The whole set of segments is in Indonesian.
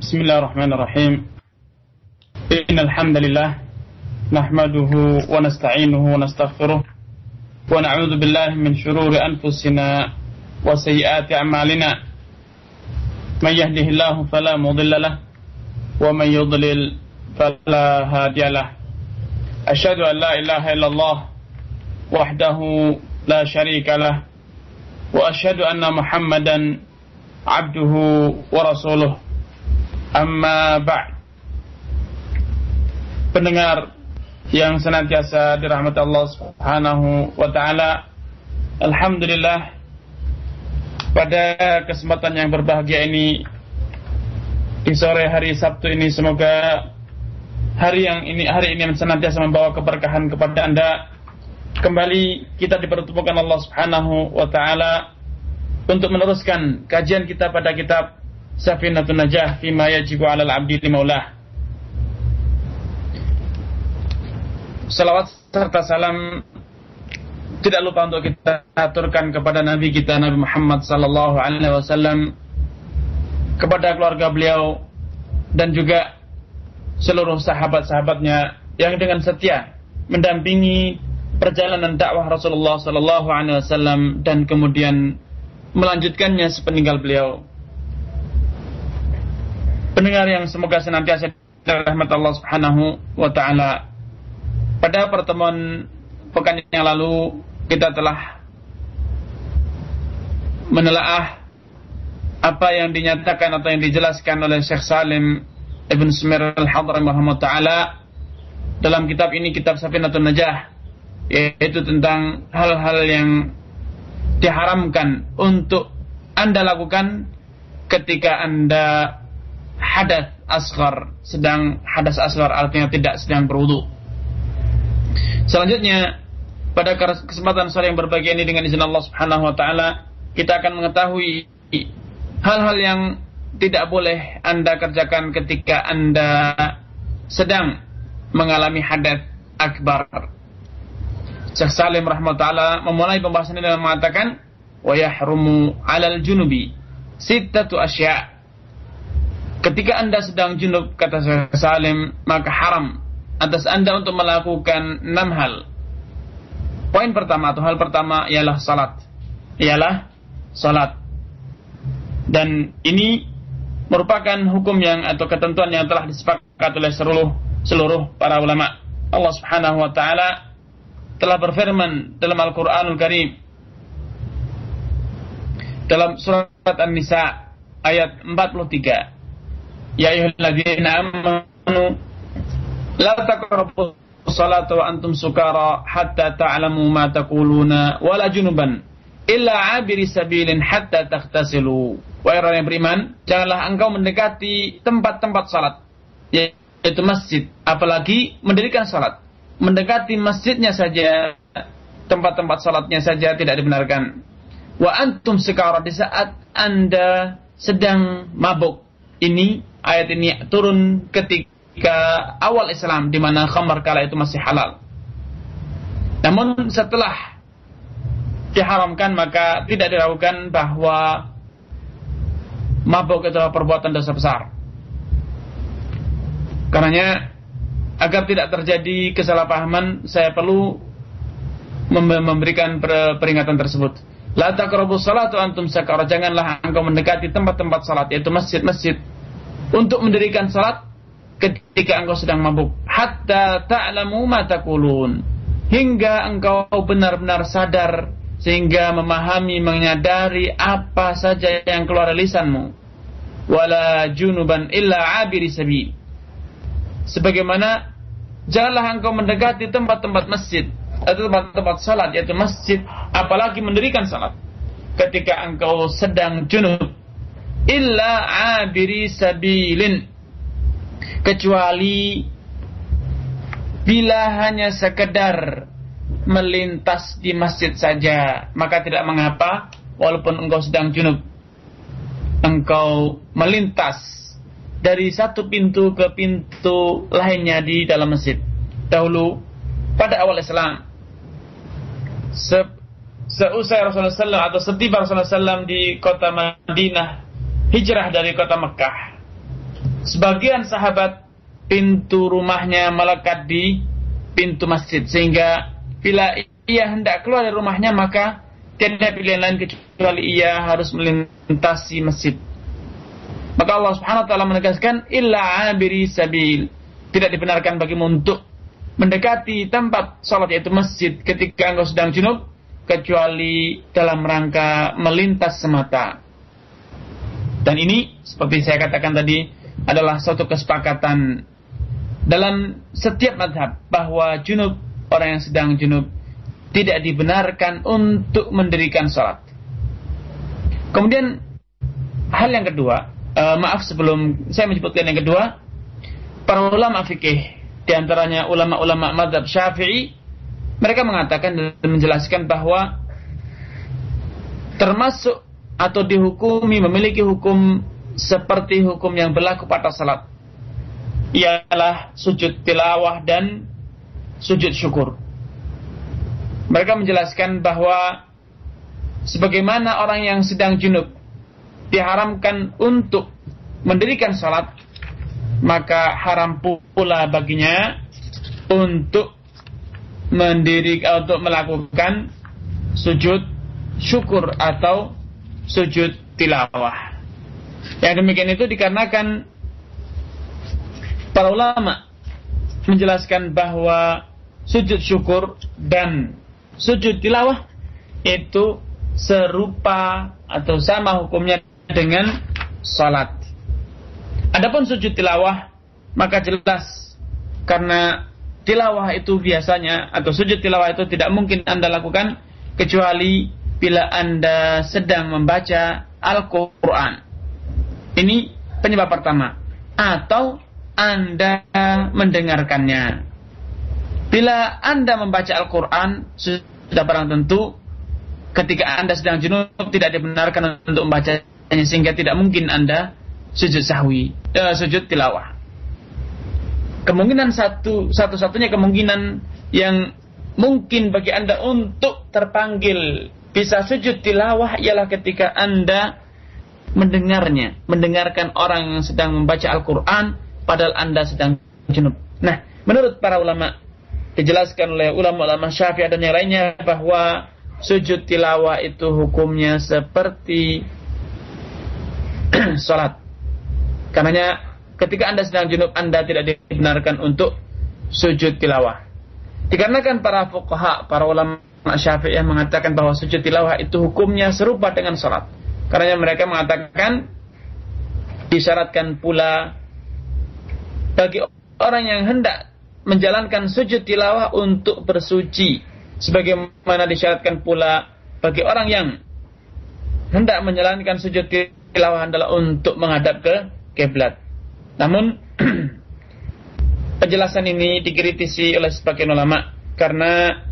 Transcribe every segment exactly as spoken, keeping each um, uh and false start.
Bismillahirrahmanirrahim. Innal hamdalillah nahmaduhu wa nasta'inuhu wa nastaghfiruh wa na'udzu billahi min shururi anfusina wa sayyiati a'malina. May yahdihillahu fala mudilla lahu wa may yudlil fala hadiya lahu. Asyhadu an la ilaha illallah wahdahu la syarika lahu wa asyhadu anna Muhammadan abduhu wa rasuluh. Amma ba'd. Pendengar yang senantiasa dirahmati Allah Subhanahu wa taala, alhamdulillah pada kesempatan yang berbahagia ini di sore hari Sabtu ini, semoga hari yang ini hari ini senantiasa membawa keberkahan kepada Anda. Kembali kita dipertemukan Allah Subhanahu wa taala untuk meneruskan kajian kita pada kitab Safinatun Najah Fima Yajibu 'alal 'abdi li Maulah. Salawat serta salam tidak lupa untuk kita aturkan kepada Nabi kita Nabi Muhammad sallallahu alaihi wasallam, kepada keluarga beliau dan juga seluruh sahabat-sahabatnya yang dengan setia mendampingi perjalanan dakwah Rasulullah sallallahu alaihi wasallam dan kemudian melanjutkannya sepeninggal beliau. Pendengar yang semoga senantiasa dirahmati Allah Subhanahu wa taala. Pada pertemuan pekan yang lalu kita telah menelaah apa yang dinyatakan atau yang dijelaskan oleh Syekh Salim Ibn Smir Al-Hadrami rahimahullah taala dalam kitab ini, kitab Safinatun Najah, yaitu tentang hal-hal yang diharamkan untuk Anda lakukan ketika Anda hadas asghar. Sedang hadas asghar artinya tidak sedang berwudu. Selanjutnya pada kesempatan sore yang berbahagia ini dengan izin Allah Subhanahu wa taala, kita akan mengetahui hal-hal yang tidak boleh Anda kerjakan ketika Anda sedang mengalami hadas akbar. Syekh Salim rahimahullah taala memulai pembahasan ini dengan mengatakan, wa yahrumu 'alal junubi sittatu asya'. Ketika Anda sedang junub, kata Syekh Salim, maka haram atas Anda untuk melakukan enam hal. Poin pertama atau hal pertama ialah salat. Ialah salat. Dan ini merupakan hukum yang atau ketentuan yang telah disepakati oleh seluruh seluruh para ulama. Allah Subhanahu wa taala telah berfirman dalam Al-Qur'anul Karim dalam surat An-Nisa ayat empat puluh tiga. Ya ayyuhalladzina amanu la taqrabus salata wa antum sukara hatta ta'lamu ma taquluna wala junuban illa 'abiri sabilin hatta taghtasilu. Wahai orang yang beriman, janganlah engkau mendekati tempat-tempat salat, yaitu masjid, apalagi mendirikan salat. Mendekati masjidnya saja, tempat-tempat salatnya saja tidak dibenarkan. Wa antum sukara, di saat Anda sedang mabuk. Ini ayat ini turun ketika awal Islam, di mana khamar kala itu masih halal. Namun setelah diharamkan, maka tidak diragukan bahwa mabuk itu adalah perbuatan dosa besar. Karenanya, agar tidak terjadi kesalahpahaman, saya perlu memberikan peringatan tersebut. La taqrabus salata antum sakara, janganlah engkau mendekati tempat-tempat salat, yaitu masjid-masjid, untuk mendirikan salat ketika engkau sedang mabuk. Hatta ta'lamu ma taqulun, hingga engkau benar-benar sadar, sehingga memahami, menyadari apa saja yang keluar dari lisanmu. Wala junuban illa 'abiri sabil, sebagaimana janganlah engkau mendekati tempat-tempat masjid atau tempat-tempat salat, yaitu masjid, apalagi mendirikan salat ketika engkau sedang junub. Illa 'abiri sabilin, kecuali bila hanya sekedar melintas di masjid saja, maka tidak mengapa walaupun engkau sedang junub. Engkau melintas dari satu pintu ke pintu lainnya di dalam masjid. Dahulu pada awal Islam, se- seusai Rasulullah sallallahu alaihi wasallam atau setiba Rasulullah sallallahu alaihi wasallam di kota Madinah, hijrah dari kota Mekah, sebagian sahabat pintu rumahnya melekat di pintu masjid, sehingga bila ia hendak keluar dari rumahnya maka tiada pilihan lain kecuali ia harus melintasi masjid. Maka Allah Subhanahu wa taala menegaskan illa abiri sabil, tidak dibenarkan bagimu untuk mendekati tempat salat yaitu masjid ketika engkau sedang junub kecuali dalam rangka melintas semata. Dan ini seperti saya katakan tadi adalah suatu kesepakatan dalam setiap mazhab bahwa junub, orang yang sedang junub tidak dibenarkan untuk mendirikan salat. Kemudian hal yang kedua, uh, maaf sebelum saya menyebutkan yang kedua, para ulama fikih di antaranya ulama-ulama mazhab Syafi'i, mereka mengatakan dan menjelaskan bahwa termasuk atau dihukumi memiliki hukum seperti hukum yang berlaku pada salat, ialah sujud tilawah dan sujud syukur. Mereka menjelaskan bahwa sebagaimana orang yang sedang junub diharamkan untuk mendirikan salat, maka haram pula baginya untuk mendirikan untuk melakukan sujud syukur atau sujud tilawah. Yang demikian itu dikarenakan para ulama menjelaskan bahwa sujud syukur dan sujud tilawah itu serupa atau sama hukumnya dengan salat. Adapun sujud tilawah, maka jelas karena tilawah itu biasanya atau sujud tilawah itu tidak mungkin Anda lakukan kecuali bila Anda sedang membaca Al-Quran. Ini penyebab pertama. Atau Anda mendengarkannya. Bila Anda membaca Al-Quran, sudah barang tentu ketika Anda sedang junub tidak dibenarkan untuk membacanya, sehingga tidak mungkin Anda sujud sahwi, eh, sujud tilawah. Kemungkinan satu, satu-satunya kemungkinan yang mungkin bagi Anda untuk terpanggil bisa sujud tilawah ialah ketika Anda mendengarnya, mendengarkan orang yang sedang membaca Al-Quran padahal Anda sedang junub. Nah, menurut para ulama, dijelaskan oleh ulama-ulama Syafi'i dan yang lainnya bahwa sujud tilawah itu hukumnya seperti salat. Karenanya ketika Anda sedang junub, Anda tidak dibenarkan untuk sujud tilawah. Dikarenakan para fuqaha, para ulama Syafi'iyah mengatakan bahwa sujud tilawah itu hukumnya serupa dengan salat. Karena mereka mengatakan disyaratkan pula bagi orang yang hendak menjalankan sujud tilawah untuk bersuci, sebagaimana disyaratkan pula bagi orang yang hendak menjalankan sujud tilawah adalah untuk menghadap ke kiblat. Namun penjelasan ini dikritisi oleh sebagian ulama karena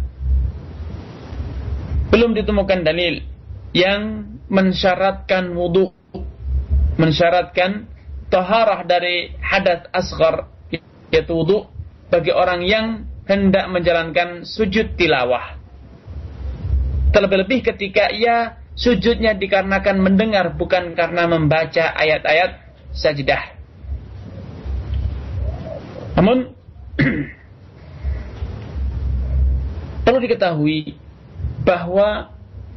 belum ditemukan dalil yang mensyaratkan wudu, mensyaratkan taharah dari hadas asghar, yaitu wudu, bagi orang yang hendak menjalankan sujud tilawah. Terlebih-lebih ketika ia sujudnya dikarenakan mendengar, bukan karena membaca ayat-ayat sajdah. Namun perlu diketahui bahwa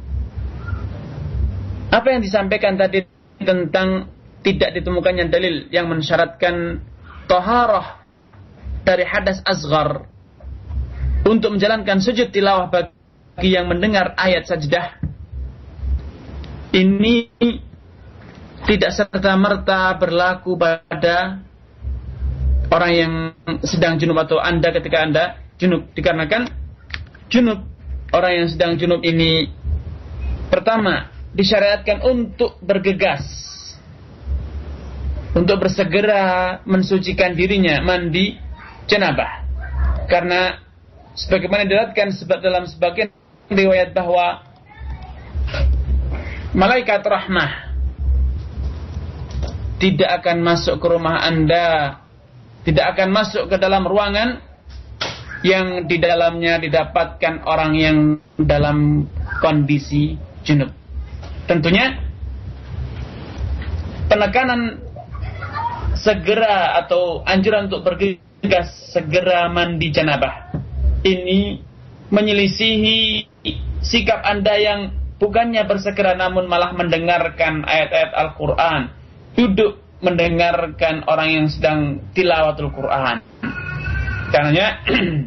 apa yang disampaikan tadi tentang tidak ditemukannya dalil yang mensyaratkan taharah dari hadas asghar untuk menjalankan sujud tilawah bagi yang mendengar ayat sajdah, ini tidak serta-merta berlaku pada orang yang sedang junub atau Anda ketika Anda junub. Dikarenakan junub, orang yang sedang junub ini pertama disyariatkan untuk bergegas, untuk bersegera mensucikan dirinya, mandi janabah. Karena sebagaimana diriwayatkan dalam sebagian riwayat bahwa malaikat rahmah tidak akan masuk ke rumah Anda, tidak akan masuk ke dalam ruangan yang di dalamnya didapatkan orang yang dalam kondisi junub. Tentunya penekanan segera atau anjuran untuk bergegas segera mandi janabah ini menyelisihi sikap Anda yang bukannya bersegera namun malah mendengarkan ayat-ayat Al-Quran, duduk mendengarkan orang yang sedang tilawatul Quran. Karenanya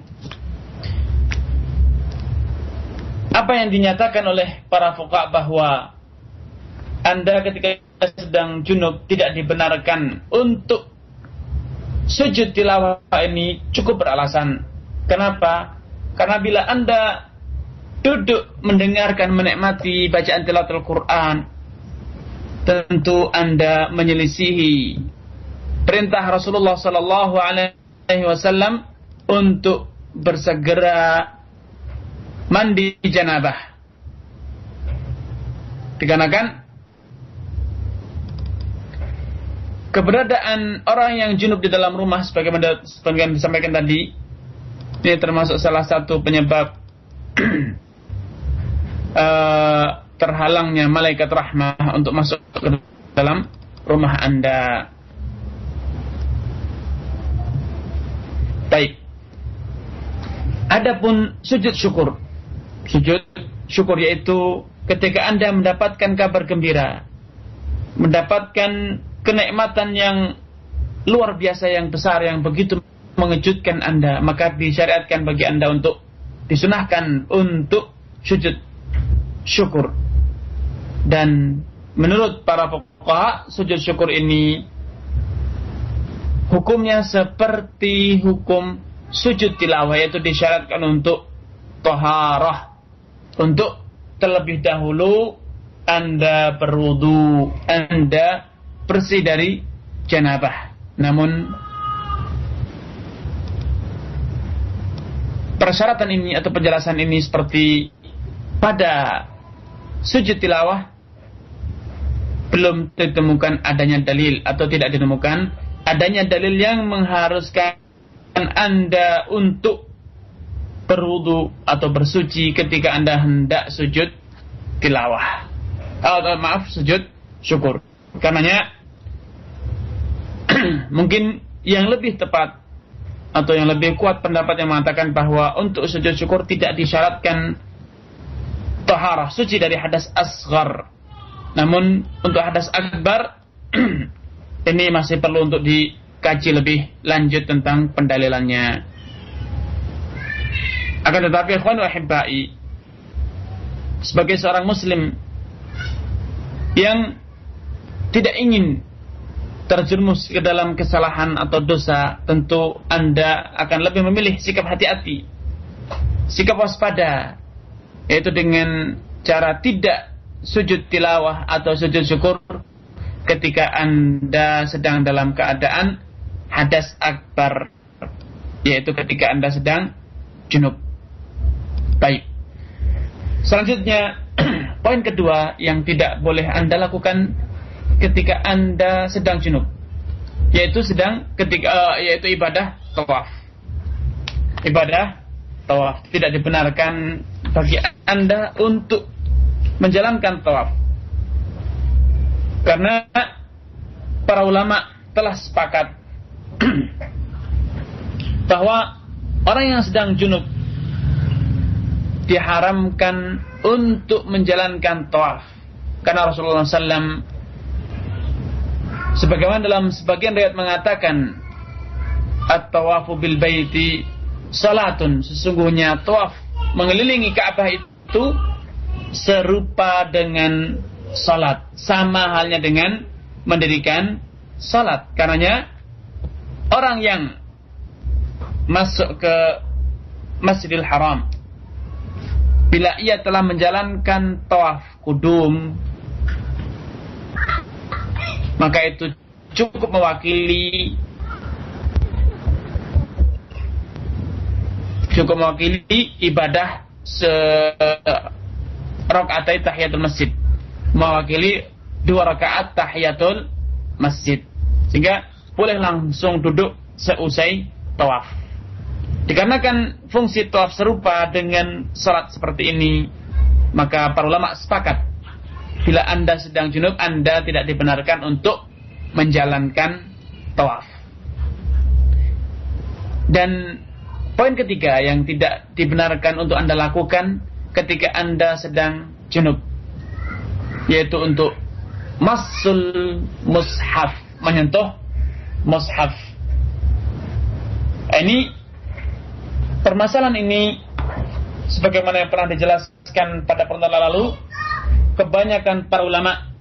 apa yang dinyatakan oleh para fuqaha bahwa Anda ketika sedang junub tidak dibenarkan untuk sujud tilawah ini cukup beralasan. Kenapa? Karena bila Anda duduk mendengarkan, menikmati bacaan tilawatul Quran, tentu Anda menyelisihi perintah Rasulullah sallallahu alaihi wasallam untuk bersegera mandi janabah. Dikarenakan keberadaan orang yang junub di dalam rumah sebagaimana sebagaimana disampaikan tadi, ini termasuk salah satu penyebab uh, terhalangnya malaikat rahmah untuk masuk ke dalam rumah Anda. Baik. Adapun sujud syukur. Sujud syukur yaitu ketika Anda mendapatkan kabar gembira, mendapatkan kenikmatan yang luar biasa, yang besar, yang begitu mengejutkan Anda, maka disyariatkan bagi Anda untuk disunahkan untuk sujud syukur. Dan menurut para fuqaha, sujud syukur ini hukumnya seperti hukum sujud tilawah, yaitu disyaratkan untuk taharah, untuk terlebih dahulu Anda berwudu, Anda bersih dari janabah. Namun persyaratan ini atau penjelasan ini seperti pada sujud tilawah belum ditemukan adanya dalil atau tidak ditemukan adanya dalil yang mengharuskan Anda untuk berwudu atau bersuci ketika Anda hendak sujud tilawah. Oh, maaf, sujud syukur. Karenanya mungkin yang lebih tepat atau yang lebih kuat pendapat yang mengatakan bahwa untuk sujud syukur tidak disyaratkan taharah, suci dari hadas asghar. Namun untuk hadas akbar ini masih perlu untuk dikaji lebih lanjut tentang pendalilannya. Akan tetapi ikhwan wa ahibbai, sebagai seorang muslim yang tidak ingin terjerumus ke dalam kesalahan atau dosa, tentu Anda akan lebih memilih sikap hati-hati, sikap waspada, yaitu dengan cara tidak sujud tilawah atau sujud syukur ketika Anda sedang dalam keadaan hadas akbar, yaitu ketika Anda sedang junub. Baik. Selanjutnya, poin kedua yang tidak boleh Anda lakukan ketika Anda sedang junub, yaitu sedang ketika uh, yaitu ibadah tawaf. Ibadah tawaf tidak dibenarkan bagi Anda untuk menjalankan tawaf, karena para ulama telah sepakat bahwa orang yang sedang junub diharamkan untuk menjalankan tawaf, karena Rasulullah sallallahu alaihi wasallam sebagaimana dalam sebagian riwayat mengatakan, at-tawafu bil baiti salatun, sesungguhnya tawaf mengelilingi Ka'bah itu serupa dengan salat, sama halnya dengan mendirikan salat. Karenanya orang yang masuk ke Masjidil Haram, bila ia telah menjalankan tawaf kudum, maka itu cukup mewakili cukup mewakili ibadah se rakaatai tahiyatul masjid, mewakili dua rakaat tahiyatul masjid, sehingga boleh langsung duduk seusai tawaf. Dikarenakan fungsi tawaf serupa dengan salat seperti ini, maka para ulama sepakat bila Anda sedang junub, Anda tidak dibenarkan untuk menjalankan tawaf. Dan poin ketiga yang tidak dibenarkan untuk Anda lakukan ketika Anda sedang junub, yaitu untuk masul mushaf, menyentuh mushaf. Ini permasalahan ini sebagaimana yang pernah dijelaskan pada pertemuan lalu, kebanyakan para ulama,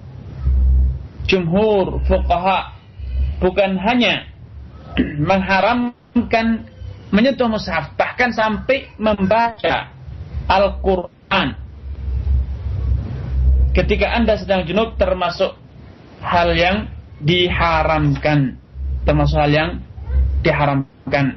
jumhur fuqaha, bukan hanya mengharamkan menyentuh mushaf, bahkan sampai membaca Al-Quran ketika Anda sedang junub termasuk hal yang diharamkan, termasuk hal yang diharamkan.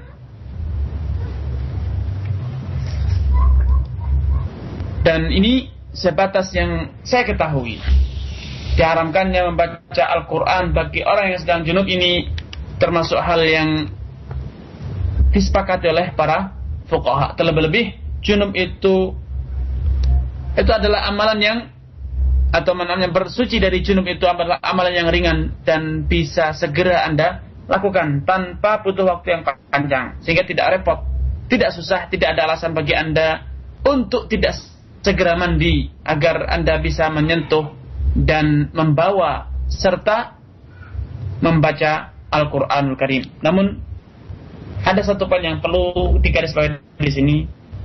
Dan ini sebatas yang saya ketahui. Diharamkannya membaca Al-Quran bagi orang yang sedang junub ini termasuk hal yang disepakati oleh para fuqaha. Terlebih-lebih junub itu itu adalah amalan yang, atau namanya bersuci dari junub itu adalah amalan yang ringan dan bisa segera Anda lakukan tanpa butuh waktu yang panjang, sehingga tidak repot, tidak susah, tidak ada alasan bagi Anda untuk tidak segera mandi agar Anda bisa menyentuh dan membawa serta membaca Al-Quranul Karim. Namun ada satu poin yang perlu digarisbawahi di sini.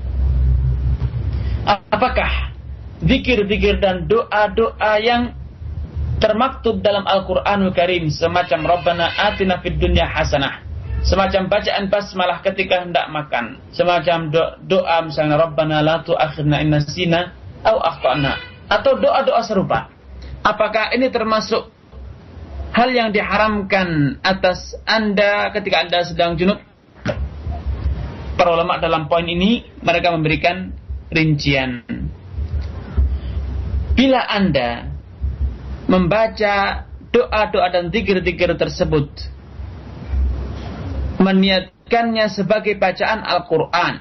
Apakah zikir-zikir dan doa-doa yang termaktub dalam Al-Quranul Karim semacam Rabbana atina fid dunya hasanah, semacam bacaan basmalah ketika hendak makan, semacam do- doa misalnya Rabbana la tu'akhirna in nasina aw akhtana, atau doa-doa serupa, apakah ini termasuk hal yang diharamkan atas Anda ketika Anda sedang junub? Para ulama dalam poin ini mereka memberikan rincian. Bila Anda membaca doa-doa dan zikir-zikir tersebut meniatkannya sebagai bacaan Al-Quran,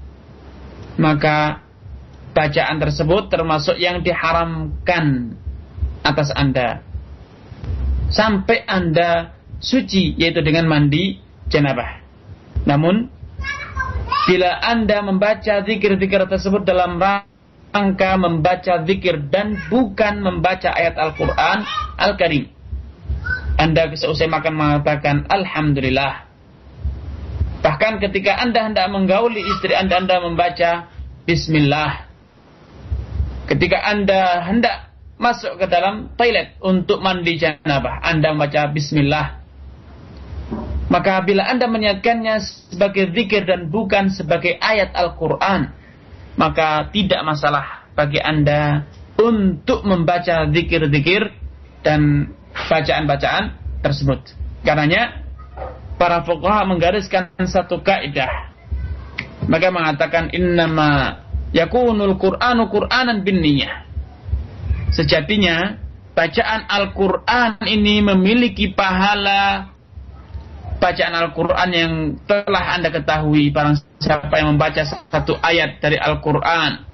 maka bacaan tersebut termasuk yang diharamkan atas Anda sampai Anda suci, yaitu dengan mandi janabah. Namun bila Anda membaca zikir-zikir tersebut dalam rangka membaca zikir dan bukan membaca ayat Al-Quran Al-Karim, Anda seusai makan mengatakan Alhamdulillah. Bahkan ketika Anda hendak menggauli istri Anda, Anda membaca Bismillah. Ketika Anda hendak masuk ke dalam toilet untuk mandi janabah, Anda membaca Bismillah. Maka bila Anda meniatkannya sebagai zikir dan bukan sebagai ayat Al-Quran, maka tidak masalah bagi Anda untuk membaca zikir-zikir dan bacaan-bacaan tersebut. Karenanya para fuqaha menggariskan satu kaidah. Mereka mengatakan innama yakunul Qur'anu Qur'anan binniyah. Sejatinya bacaan Al-Qur'an ini memiliki pahala bacaan Al-Qur'an yang telah Anda ketahui. Barang siapa yang membaca satu ayat dari Al-Qur'an,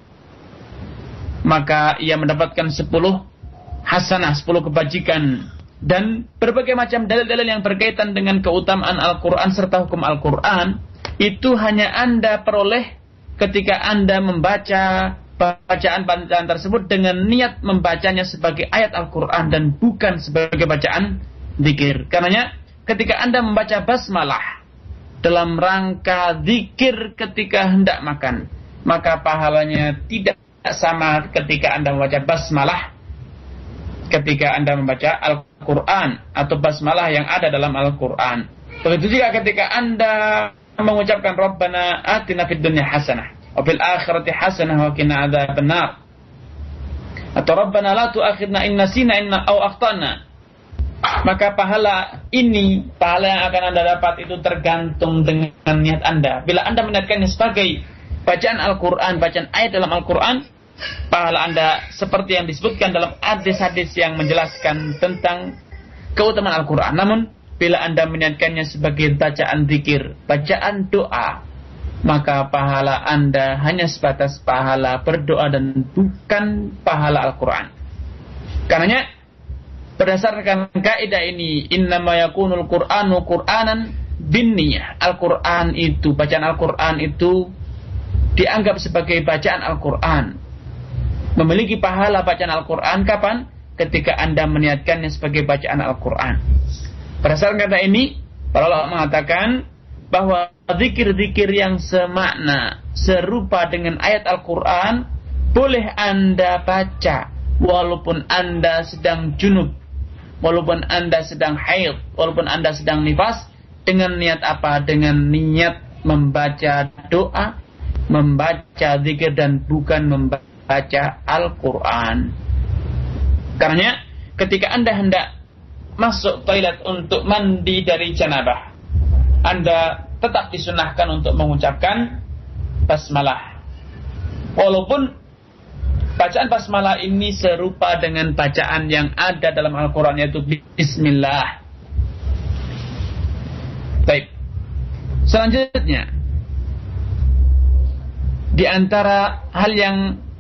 maka ia mendapatkan sepuluh hasanah, sepuluh kebajikan. Dan berbagai macam dalil-dalil yang berkaitan dengan keutamaan Al-Quran serta hukum Al-Quran itu hanya Anda peroleh ketika Anda membaca bacaan-bacaan tersebut dengan niat membacanya sebagai ayat Al-Quran dan bukan sebagai bacaan zikir. Karenanya ketika Anda membaca basmalah dalam rangka zikir ketika hendak makan, maka pahalanya tidak sama ketika Anda membaca basmalah ketika Anda membaca Al-Quran atau basmalah yang ada dalam Al-Quran. Begitu juga ketika Anda mengucapkan Rabbana atina fid dunya hasanah wa fil akhirati hasanah wa qina adzabannar, atau Rabbana la tu'akhirna in nasina inna aw akhtana, maka pahala ini, pahala yang akan Anda dapat itu tergantung dengan niat Anda. Bila Anda meniatkannya sebagai bacaan Al-Quran, bacaan ayat dalam Al-Quran, pahala Anda seperti yang disebutkan dalam hadis-hadis yang menjelaskan tentang keutamaan Al-Quran. Namun bila Anda meniatkannya sebagai bacaan zikir, bacaan doa, maka pahala Anda hanya sebatas pahala berdoa dan bukan pahala Al-Quran. Karenanya berdasarkan kaidah ini, innama yakunul Qur'anu Qur'anan binniyah. Al-Qur'an itu, bacaan Al-Qur'an itu dianggap sebagai bacaan Al-Qur'an. Memiliki pahala bacaan Al-Qur'an kapan? Ketika Anda meniatkannya sebagai bacaan Al-Qur'an. Berdasarkan kata ini, para ulama mengatakan bahwa zikir-zikir yang semakna, serupa dengan ayat Al-Qur'an boleh Anda baca walaupun Anda sedang junub, walaupun Anda sedang haid, walaupun Anda sedang nifas. Dengan niat apa? Dengan niat membaca doa, membaca zikir, dan bukan membaca Al-Quran. Karena ketika Anda hendak masuk toilet untuk mandi dari janabah, Anda tetap disunahkan untuk mengucapkan basmalah. Walaupun bacaan basmalah ini serupa dengan bacaan yang ada dalam Al-Quran, yaitu Bismillah. Baik. Selanjutnya, di antara hal yang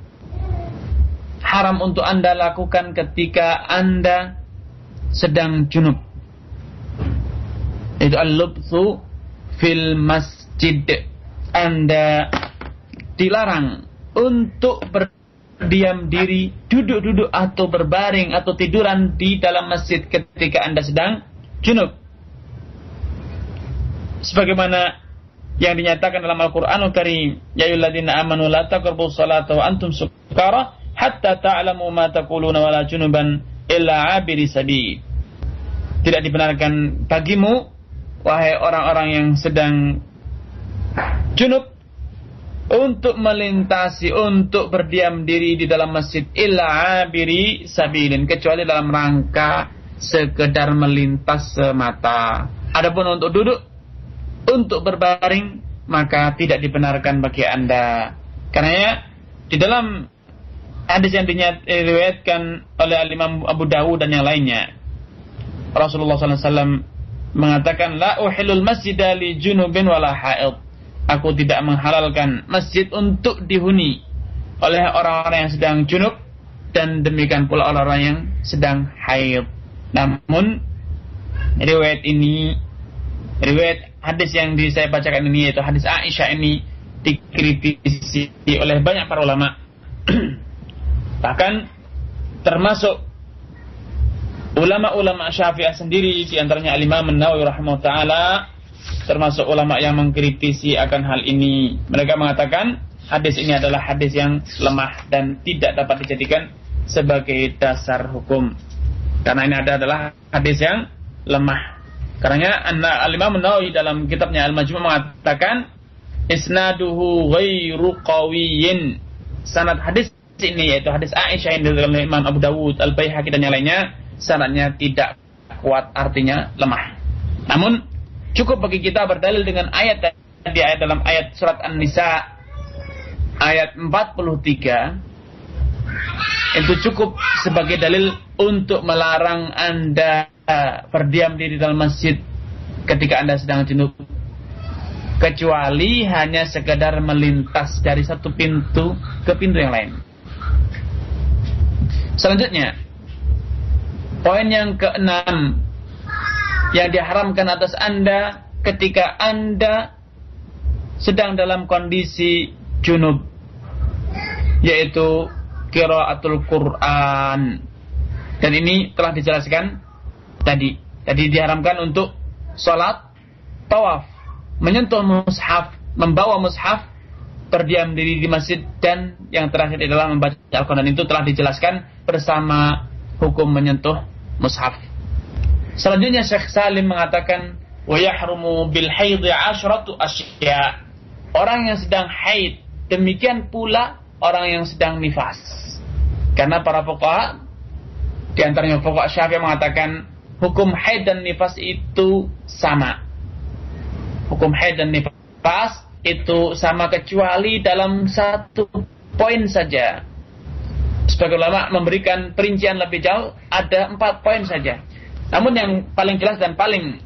haram untuk Anda lakukan ketika Anda sedang junub, itu al-lubthu fil masjid. Anda dilarang untuk berdiam diri, duduk-duduk atau berbaring atau tiduran di dalam masjid ketika Anda sedang junub. Sebagaimana yang dinyatakan dalam Al-Qur'anul Karim, ya ayyuhalladzina amanu la taqrabus salata wa antum sukara hatta ta'lamu ma taquluna wala junuban illa 'abiri sabil. Tidak dibenarkan bagimu, wahai orang-orang yang sedang junub, untuk melintasi, untuk berdiam diri di dalam masjid, illa 'abiri sabilin, kecuali dalam rangka sekedar melintas semata. Adapun untuk duduk, untuk berbaring, maka tidak dibenarkan bagi Anda. Karena di dalam hadis yang diriwayatkan oleh Imam Abu Dawud dan yang lainnya, Rasulullah sallallahu alaihi wasallam mengatakan, la uhillul masjida li junubin wala haid. Aku tidak menghalalkan masjid untuk dihuni oleh orang-orang yang sedang junub, dan demikian pula orang-orang yang sedang haid. Namun riwayat ini, riwayat hadis yang saya bacakan ini, yaitu hadis Aisyah ini, dikritisi oleh banyak para ulama. Bahkan termasuk ulama-ulama Syafi'iyah sendiri, di antaranya Al-Imam An-Nawawi rahimahullah ta'ala, termasuk ulama yang mengkritisi akan hal ini. Mereka mengatakan hadis ini adalah hadis yang lemah dan tidak dapat dijadikan sebagai dasar hukum, karena ini adalah hadis yang lemah. Karena Al-Imam An-Nawawi dalam kitabnya Al-Majmu' mengatakan isnaduhu ghairu qawiyyin. Sanad hadis ini, yaitu hadis Aisyah yang diriwayatkan oleh Imam Abu Dawud, Al-Baihaqi dan yang lainnya, sanadnya tidak kuat, artinya lemah. Namun cukup bagi kita berdalil dengan ayat tadi, ayat dalam ayat surat An-Nisa ayat empat puluh tiga. Itu cukup sebagai dalil untuk melarang Anda berdiam diri dalam masjid ketika Anda sedang junub, kecuali hanya sekedar melintas dari satu pintu ke pintu yang lain. Selanjutnya, poin yang keenam yang diharamkan atas Anda ketika Anda sedang dalam kondisi junub, yaitu qiraatul Quran. Dan ini telah dijelaskan tadi. Tadi diharamkan untuk sholat, tawaf, menyentuh mushaf, membawa mushaf, berdiam diri di masjid, dan yang terakhir adalah membaca Al-Quran. Itu telah dijelaskan bersama hukum menyentuh mushaf. Selanjutnya Syekh Salim mengatakan, wa yahrumu bil haidhi asyratu asya. Orang yang sedang haid, demikian pula orang yang sedang nifas. Karena para fuqaha, di antaranya fuqaha Syafi'i, mengatakan hukum haid dan nifas itu sama. Hukum haid dan nifas itu sama, kecuali dalam satu poin saja. Sebagai ulama memberikan perincian lebih jauh, ada empat poin saja. Namun yang paling jelas dan paling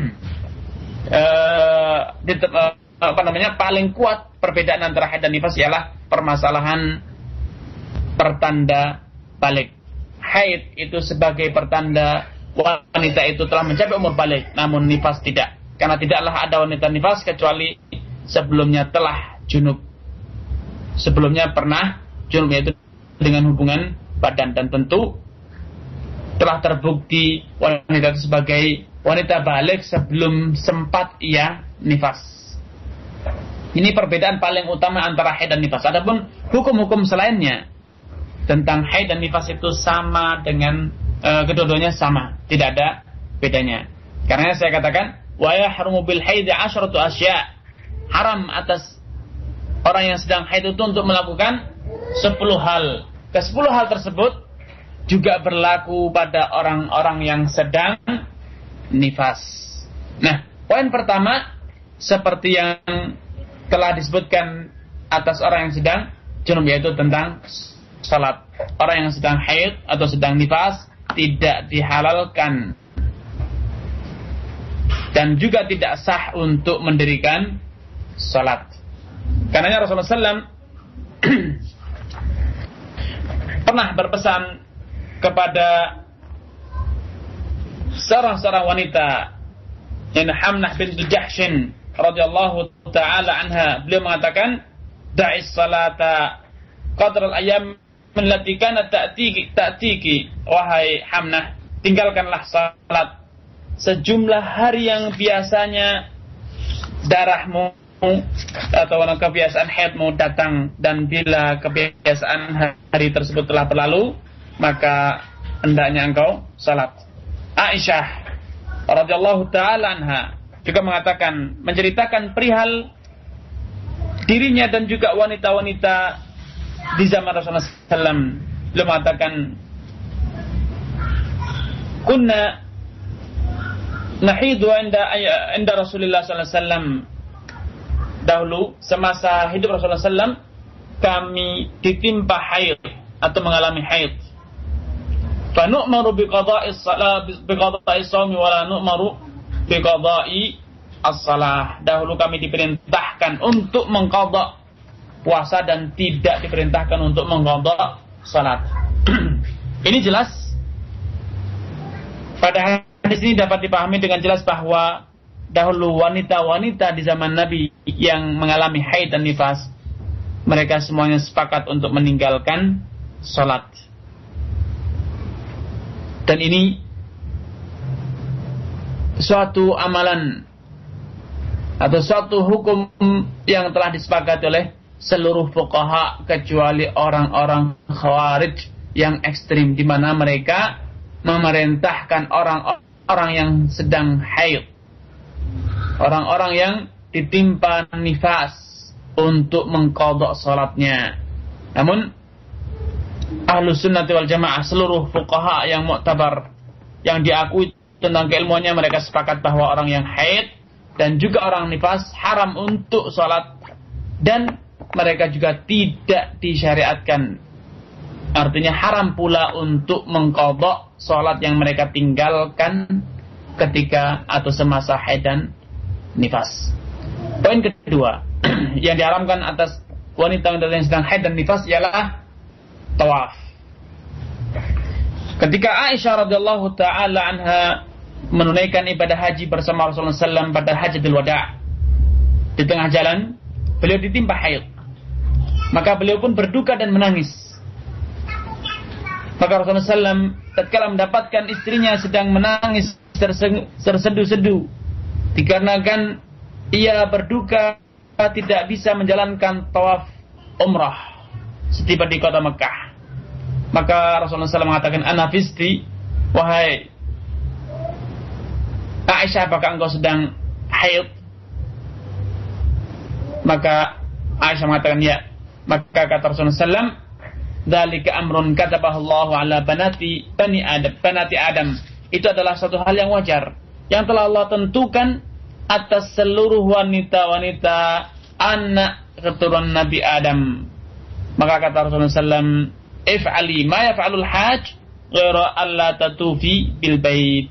uh, di, uh, apa namanya paling kuat perbedaan antara haid dan nifas ialah permasalahan pertanda balik. haid itu sebagai pertanda wanita itu telah mencapai umur balik, namun nifas tidak. Karena tidaklah ada wanita nifas kecuali sebelumnya telah junub. Sebelumnya pernah junub, yaitu dengan hubungan badan, dan tentu telah terbukti wanita itu sebagai wanita balik sebelum sempat ia nifas. Ini perbedaan paling utama antara haid dan nifas. Adapun hukum-hukum selainnya tentang haid dan nifas itu sama dengan uh, kedua-duanya sama, tidak ada bedanya. Karena saya katakan wa yahrumu bil haid asyratu asya', haram atas orang yang sedang haid itu untuk melakukan sepuluh hal. Ke sepuluh hal tersebut juga berlaku pada orang-orang yang sedang nifas. Nah, poin pertama seperti yang telah disebutkan atas orang yang sedang junub, yaitu tentang salat. Orang yang sedang haid atau sedang nifas tidak dihalalkan dan juga tidak sah untuk mendirikan salat. Karena Rasulullah sallallahu alaihi wasallam pernah berpesan kepada seorang-seorang wanita, yang Hamnah bintu Jahshin radhiyallahu taala anha. Beliau mengatakan, da'is salata qadra al-ayyam allati kanat ta'tiki ta'tiki, wahai Hamnah, tinggalkanlah salat sejumlah hari yang biasanya darahmu atau kebiasaan haidmu datang, dan bila kebiasaan hari tersebut telah berlalu maka hendaknya engkau salat. Aisyah radhiyallahu taala anha juga mengatakan, menceritakan perihal dirinya dan juga wanita-wanita di zaman Rasulullah sallallahu alaihi wasallam. Beliau mengatakan, kunna nahidu inda inda Rasulullah sallallahu alaihi wasallam. Dahulu semasa hidup Rasulullah sallallahu alaihi wasallam kami ditimpa haid atau mengalami haid. Fa nu'maru bi qada'i shalah bi qada'i shaumi wa la nu'maru bi qada'i as-shalah. Dahulu kami diperintahkan untuk mengqadha puasa dan tidak diperintahkan untuk mengqadha salat. Ini jelas, pada hadis ini dapat dipahami dengan jelas bahwa dahulu wanita-wanita di zaman Nabi yang mengalami haid dan nifas, mereka semuanya sepakat untuk meninggalkan salat. Dan ini suatu amalan atau suatu hukum yang telah disepakati oleh seluruh fuqaha kecuali orang-orang khawarij yang ekstrim, di mana mereka memerintahkan orang-orang yang sedang haid, orang-orang yang ditimpa nifas, untuk mengqadha salatnya. Namun Ahlus Sunnah wal Jamaah, seluruh fuqaha yang mu'tabar, yang diakui tentang keilmuannya, mereka sepakat bahwa orang yang haid dan juga orang nifas haram untuk salat, dan mereka juga tidak disyariatkan, artinya haram pula untuk mengqadha salat yang mereka tinggalkan ketika atau semasa haid dan nifas. Poin kedua yang diharamkan atas wanita-wanita yang sedang haid dan nifas ialah tawaf. Ketika Aisyah radhiyallahu taala anha menunaikan ibadah haji bersama Rasulullah sallallahu alaihi wasallam pada Hajjatul Wada', di tengah jalan beliau ditimpa haid. Maka beliau pun berduka dan menangis. Maka Rasulullah sallallahu alaihi wasallam tatkala mendapatkan istrinya sedang menangis terseduh-seduh dikarenakan ia berduka tidak bisa menjalankan tawaf umrah setiba di kota Mekah, maka Rasulullah sallallahu alaihi wasallam mengatakan, ana fisti, wahai Aisyah, apakah engkau sedang haid? Maka Aisyah mengatakan ya. Maka kata Rasulullah sallallahu alaihi wasallam, dzalika amrun katabahu Allah ala banati bani Adam, banati Adam. Itu adalah suatu hal yang wajar yang telah Allah tentukan atas seluruh wanita-wanita anak keturunan Nabi Adam. Maka kata Rasulullah sallallahu alaihi wasallam, if'ali ma yaf'alul hajj ghaira alla tatufi bil bait.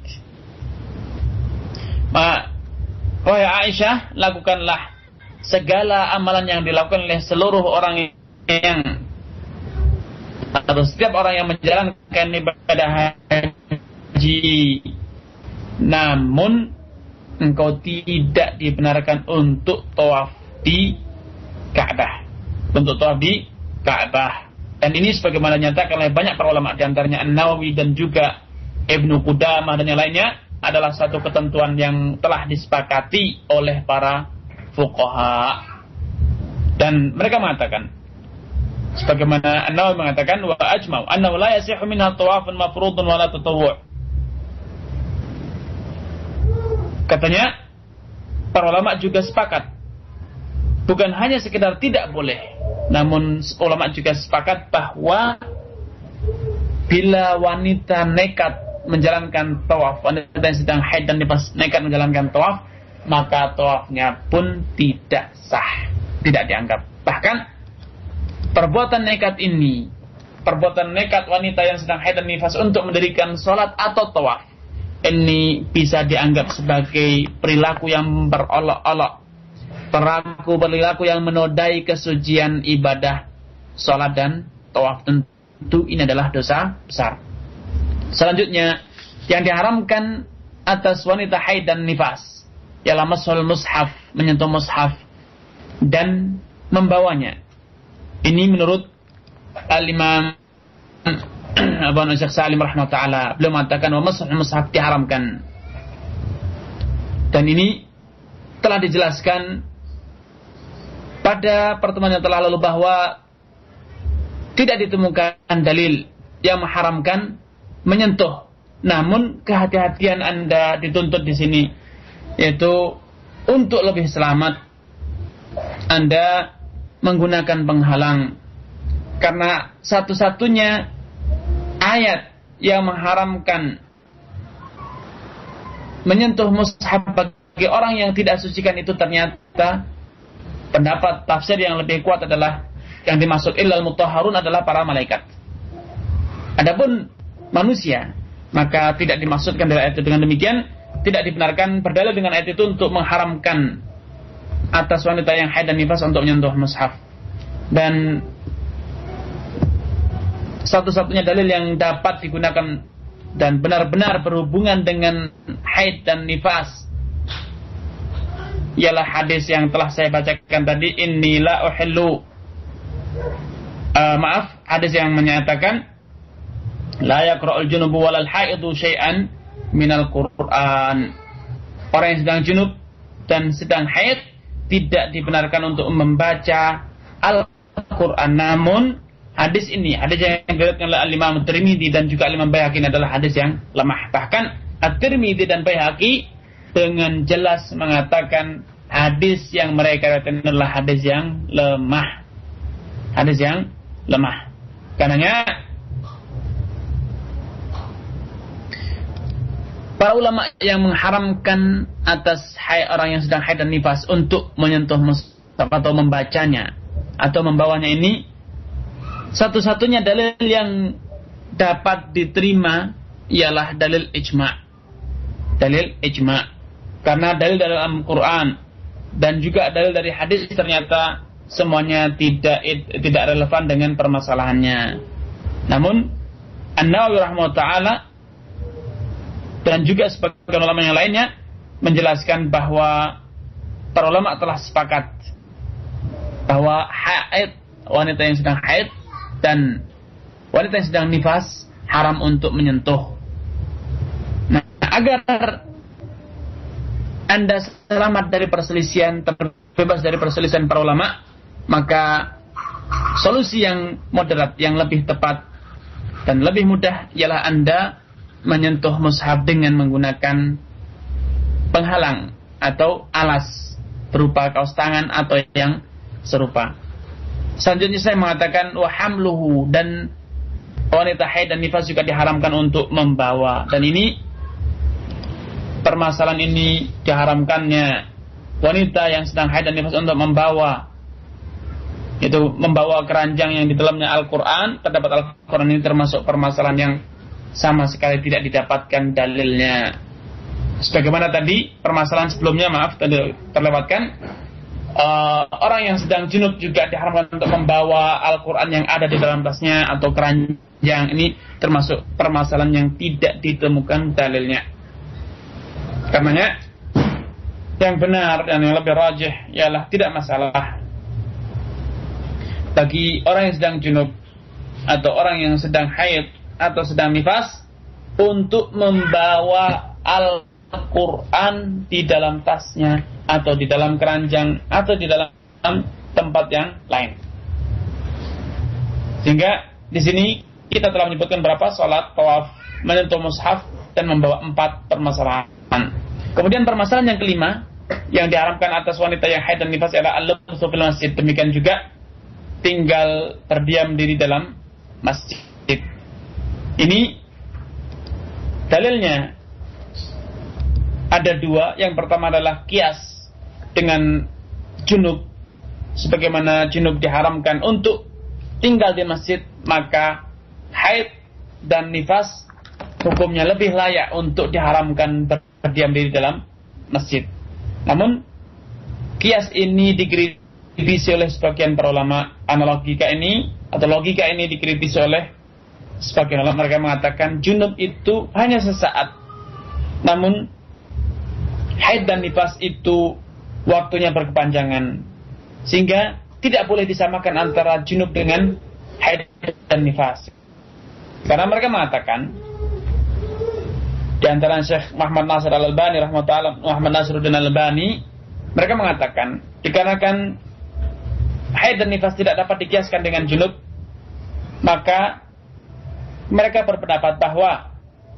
Ma, wahai Aisyah, lakukanlah segala amalan yang dilakukan oleh seluruh orang yang atau setiap orang yang menjalankan ibadah haji namun engkau tidak dibenarkan untuk tawaf di Ka'bah, untuk tawaf di Ka'bah. Dan ini sebagaimana nyatakan oleh banyak para ulama, di antaranya An-Nawawi dan juga Ibnu Qudamah dan yang lainnya, adalah satu ketentuan yang telah disepakati oleh para fuqaha. Dan mereka mengatakan, sebagaimana An-Nawawi mengatakan, wa ajma'u annahu la yasihu minha tawafun mafrudun wa la tatawwu'. Katanya, para ulama juga sepakat, bukan hanya sekedar tidak boleh, namun ulama juga sepakat bahwa bila wanita nekat menjalankan tawaf, wanita yang sedang haid dan nifas nekat menjalankan tawaf, maka tawafnya pun tidak sah, tidak dianggap. Bahkan perbuatan nekat ini, perbuatan nekat wanita yang sedang haid dan nifas untuk mendirikan sholat atau tawaf, ini bisa dianggap sebagai perilaku yang berolok-olok, perilaku perilaku yang menodai kesucian ibadah sholat dan tawaf. Tentu ini adalah dosa besar. Selanjutnya, yang diharamkan atas wanita haid dan nifas ialah mashul mushaf, menyentuh mushaf dan membawanya. Ini menurut Al-Imam Abu Syekh Salim rahimahullah taala, beliau mengatakan wa mashul mushaf diharamkan. Dan ini telah dijelaskan pada pertemuan yang telah lalu bahwa tidak ditemukan dalil yang mengharamkan menyentuh. Namun kehati-hatian Anda dituntut di sini, yaitu untuk lebih selamat Anda menggunakan penghalang, karena satu-satunya ayat yang mengharamkan menyentuh mushaf bagi orang yang tidak sucikan itu, ternyata pendapat tafsir yang lebih kuat adalah yang dimaksud illal mutahharun adalah para malaikat. Adapun manusia, maka tidak dimaksudkan dari ayat itu. Dengan demikian, tidak dibenarkan berdalil dengan ayat itu untuk mengharamkan atas wanita yang haid dan nifas untuk menyentuh mushaf. Dan satu-satunya dalil yang dapat digunakan dan benar-benar berhubungan dengan haid dan nifas ialah hadis yang telah saya bacakan tadi, inni la uhillu uh, maaf, hadis yang menyatakan la yaqra'ul junubu walal haidu syai'an minal Qur'an. Orang yang sedang junub dan sedang haid tidak dibenarkan untuk membaca Al-Qur'an. Namun hadis ini, hadis yang diriwayatkan oleh Al-Imam Tirmidzi dan juga Al-Imam Baihaqi adalah hadis yang lemah. Bahkan At-Tirmidzi dan Baihaqi dengan jelas mengatakan hadis yang mereka riwayatkan adalah hadis yang lemah. Hadis yang lemah. Karenanya para ulama yang mengharamkan atas haid, orang yang sedang haid dan nifas untuk menyentuh mushaf atau membacanya atau membawanya, ini satu-satunya dalil yang dapat diterima ialah dalil ijma'. Dalil ijma'. Karena dalil dalam Al-Quran dan juga dalil dari hadis ternyata semuanya tidak tidak relevan dengan permasalahannya. Namun An-Nawawi rahimahullah taala dan juga sebagian ulama yang lainnya menjelaskan bahwa para ulama telah sepakat bahwa haid, wanita yang sedang haid dan wanita yang sedang nifas haram untuk menyentuh. Nah, agar Anda selamat dari perselisihan, terbebas dari perselisihan para ulama, maka solusi yang moderat, yang lebih tepat dan lebih mudah ialah Anda menyentuh mushaf dengan menggunakan penghalang atau alas berupa kaos tangan atau yang serupa. Selanjutnya saya mengatakan wa hamluhu, dan wanita haid dan nifas juga diharamkan untuk membawa. Dan ini permasalahan ini diharamkannya wanita yang sedang haid dan nifas untuk membawa, itu membawa keranjang yang di dalamnya Al-Quran. Terdapat Al-Quran, ini termasuk permasalahan yang sama sekali tidak didapatkan dalilnya. Sebagaimana tadi permasalahan sebelumnya, maaf tadi terlewatkan, uh, orang yang sedang junub juga diharamkan untuk membawa Al-Quran yang ada di dalam tasnya atau keranjang. Ini termasuk permasalahan yang tidak ditemukan dalilnya. Karenanya yang benar dan yang lebih rajih ialah tidak masalah bagi orang yang sedang junub atau orang yang sedang haid atau sedang nifas untuk membawa Al-Quran di dalam tasnya atau di dalam keranjang atau di dalam tempat yang lain. Sehingga di sini kita telah menyebutkan berapa salat, tawaf, menyentuh mushaf dan membawa empat permasalahan. Kemudian permasalahan yang kelima yang diharamkan atas wanita yang haid dan nifas adalah al-lubthu fil masjid. Demikian juga tinggal terdiam diri dalam masjid. Ini dalilnya ada dua. Yang pertama adalah kias dengan junub. Sebagaimana junub diharamkan untuk tinggal di masjid, maka haid dan nifas hukumnya lebih layak untuk diharamkan berdiam diri dalam masjid. Namun kias ini dikritisi oleh sebagian para ulama. Analogika ini atau logika ini dikritisi oleh sebagian ulama. Mereka mengatakan junub itu hanya sesaat, namun haid dan nifas itu waktunya berkepanjangan, sehingga tidak boleh disamakan antara junub dengan haid dan nifas. Karena mereka mengatakan, di antara Syekh Muhammad Nasir Al-Albani rahmatullah, Muhammad Nasiruddin Al-Albani, mereka mengatakan dikarenakan haid dan nifas tidak dapat dikiaskan dengan junub, maka mereka berpendapat bahwa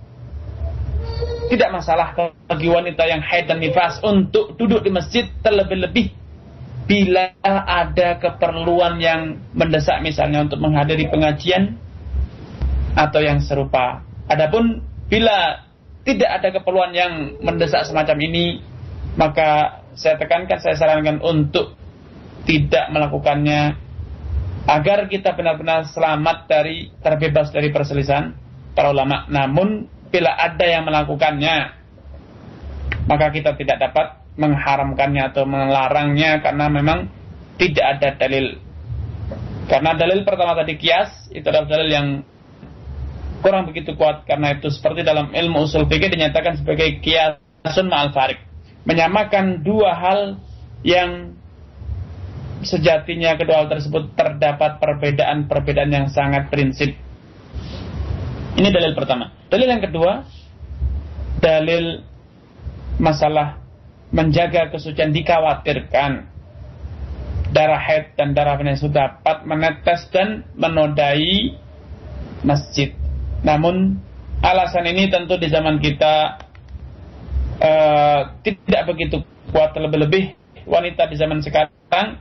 tidak masalah bagi wanita yang haid dan nifas untuk duduk di masjid, terlebih-lebih bila ada keperluan yang mendesak, misalnya untuk menghadiri pengajian atau yang serupa. Adapun bila tidak ada keperluan yang mendesak semacam ini, maka saya tekankan, saya sarankan untuk tidak melakukannya agar kita benar-benar selamat dari, terbebas dari perselisihan para ulama. Namun bila ada yang melakukannya, maka kita tidak dapat mengharamkannya atau melarangnya karena memang tidak ada dalil. Karena dalil pertama tadi kias, itu adalah dalil yang kurang begitu kuat. Karena itu seperti dalam ilmu usul fikih dinyatakan sebagai kiasun ma'al farik, menyamakan dua hal yang sejatinya kedua hal tersebut terdapat perbedaan-perbedaan yang sangat prinsip. Ini dalil pertama. Dalil yang kedua, dalil masalah menjaga kesucian. Dikhawatirkan darah haid dan darah nifas dapat menetes dan menodai masjid. Namun alasan ini tentu di zaman kita uh, tidak begitu kuat. Terlebih-lebih wanita di zaman sekarang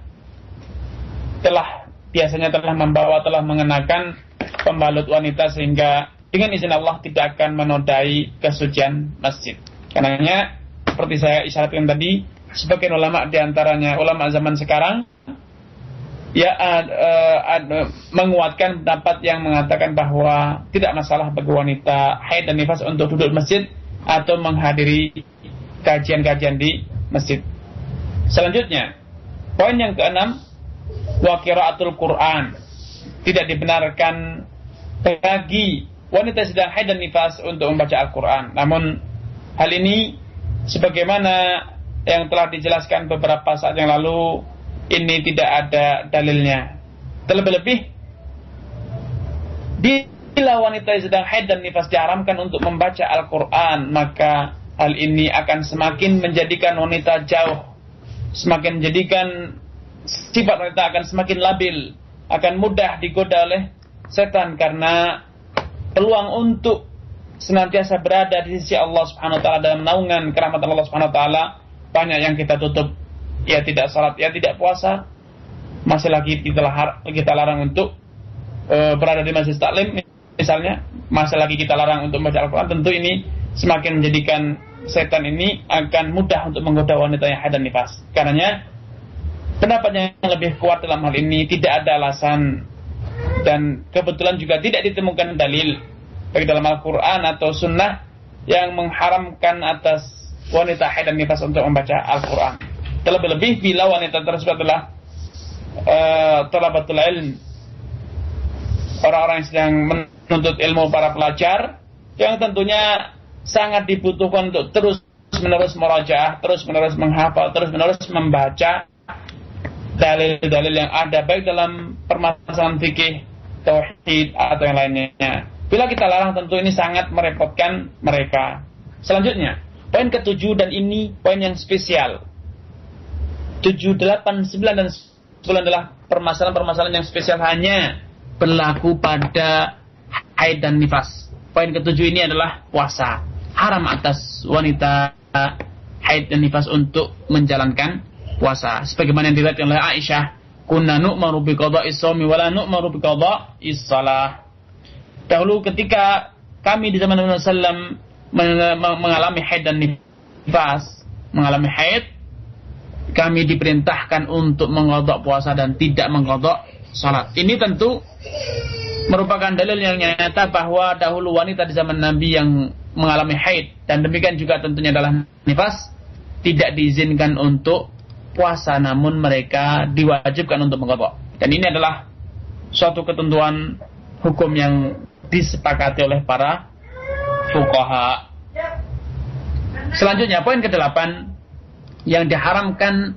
telah biasanya telah membawa, telah mengenakan pembalut wanita, sehingga dengan izin Allah tidak akan menodai kesucian masjid. Karenanya seperti saya isyaratkan tadi, sebagian ulama diantaranya ulama zaman sekarang ya ad, uh, ad, menguatkan pendapat yang mengatakan bahwa tidak masalah bagi wanita haid dan nifas untuk duduk di masjid atau menghadiri kajian-kajian di masjid. Selanjutnya, poin yang keenam, wa qiraatul Quran. Tidak dibenarkan bagi wanita sedang haid dan nifas untuk membaca Al-Quran. Namun hal ini sebagaimana yang telah dijelaskan beberapa saat yang lalu, ini tidak ada dalilnya. Terlebih-lebih bila wanita yang sedang haid dan nifas diharamkan untuk membaca Al-Quran, maka hal ini akan semakin menjadikan wanita jauh, semakin menjadikan sifat wanita akan semakin labil, akan mudah digoda oleh setan, karena peluang untuk senantiasa berada di sisi Allah Subhanahu wa taala dalam naungan kerahmatan Allah Subhanahu wa taala banyak yang kita tutup. Ya tidak salat, ya tidak puasa, masih lagi kita larang, kita larang untuk e, berada di masjid taklim misalnya, masih lagi kita larang untuk membaca Al-Quran. Tentu ini semakin menjadikan setan ini akan mudah untuk menggoda wanita yang haid dan nifas. Karenanya pendapatnya yang lebih kuat dalam hal ini, tidak ada alasan dan kebetulan juga tidak ditemukan dalil baik dalam Al-Quran atau Sunnah yang mengharamkan atas wanita haid dan nifas untuk membaca Al-Quran. Terlebih-lebih bila wanita tersebut adalah uh, talabatul ilm, orang-orang yang sedang menuntut ilmu, para pelajar, yang tentunya sangat dibutuhkan untuk terus menerus murajaah, terus menerus menghafal, terus menerus membaca dalil-dalil yang ada baik dalam permasalahan fikih, tauhid atau yang lainnya. Bila kita larang, tentu ini sangat merepotkan mereka. Selanjutnya, poin ketujuh, dan ini poin yang spesial. Tujuh, delapan, sembilan, dan sepuluh adalah permasalahan-permasalahan yang spesial, hanya berlaku pada haid dan nifas. Poin ketujuh ini adalah puasa. Haram atas wanita haid dan nifas untuk menjalankan puasa. Sebagaimana yang diriwayatkan oleh Aisyah, kunna nu'maru bi qada'is shaumi wa la nu'maru bi qada'is shalah. Dahulu ketika kami di zaman Nabi sallallahu alaihi wasallam mengalami haid dan nifas, mengalami haid, kami diperintahkan untuk mengqadha puasa dan tidak mengqadha salat. Ini tentu merupakan dalil yang nyata bahwa dahulu wanita di zaman Nabi yang mengalami haid dan demikian juga tentunya adalah nifas tidak diizinkan untuk puasa, namun mereka diwajibkan untuk mengqadha. Dan ini adalah suatu ketentuan hukum yang disepakati oleh para fuqaha. Selanjutnya, poin kedelapan, yang diharamkan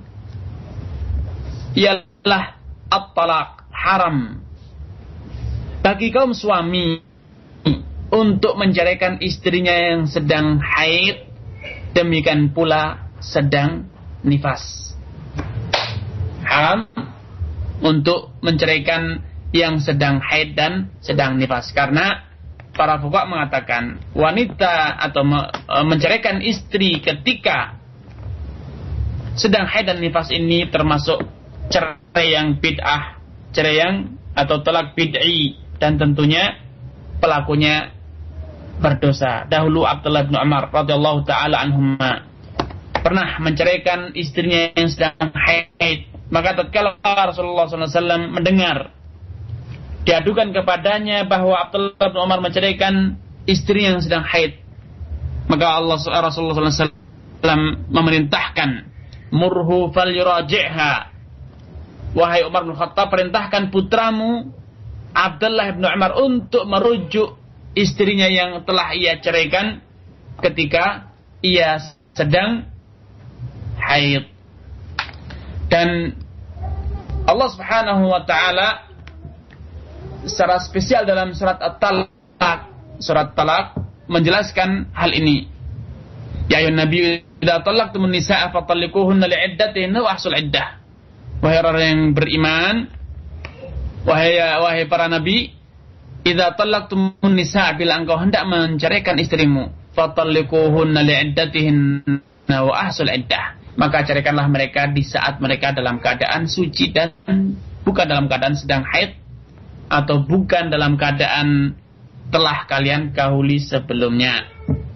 ialah at-talaq, haram bagi kaum suami untuk menceraikan istrinya yang sedang haid, demikian pula sedang nifas. Haram untuk menceraikan yang sedang haid dan sedang nifas, karena para fuqaha mengatakan wanita atau menceraikan istri ketika sedang haid dan nifas ini termasuk cerai yang bid'ah, cerai yang atau talak bid'i, dan tentunya pelakunya berdosa. Dahulu Abdullah bin Umar radhiyallahu taala anhuma pernah menceraikan istrinya yang sedang haid. Maka tatkala Rasulullah sallallahu alaihi wasallam mendengar diadukan kepadanya bahwa Abdullah bin Umar menceraikan istrinya yang sedang haid, maka Allah Rasulullah sallallahu alaihi wasallam memerintahkan, murhu falyuraji'ha, wahai Umar bin Khattab, perintahkan putramu Abdullah bin Umar untuk merujuk istrinya yang telah ia ceraikan ketika ia sedang haid. Dan Allah Subhanahu wa taala secara spesial dalam surat At-Talaq, surat Talaq menjelaskan hal ini. Ya ayyuhan nabiy idza talaqtumun nisaa fatalliquhunna li'iddatihinna wa ahsul iddah. Wahai orang yang beriman, wahai wahai para nabi, idza talaqtumun nisaa, bila engkau hendak menceraikan istrimu, fatalliquhunna li'iddatihinna wa ahsul iddah, maka ceraikanlah mereka di saat mereka dalam keadaan suci dan bukan dalam keadaan sedang haid atau bukan dalam keadaan telah kalian kahuli sebelumnya.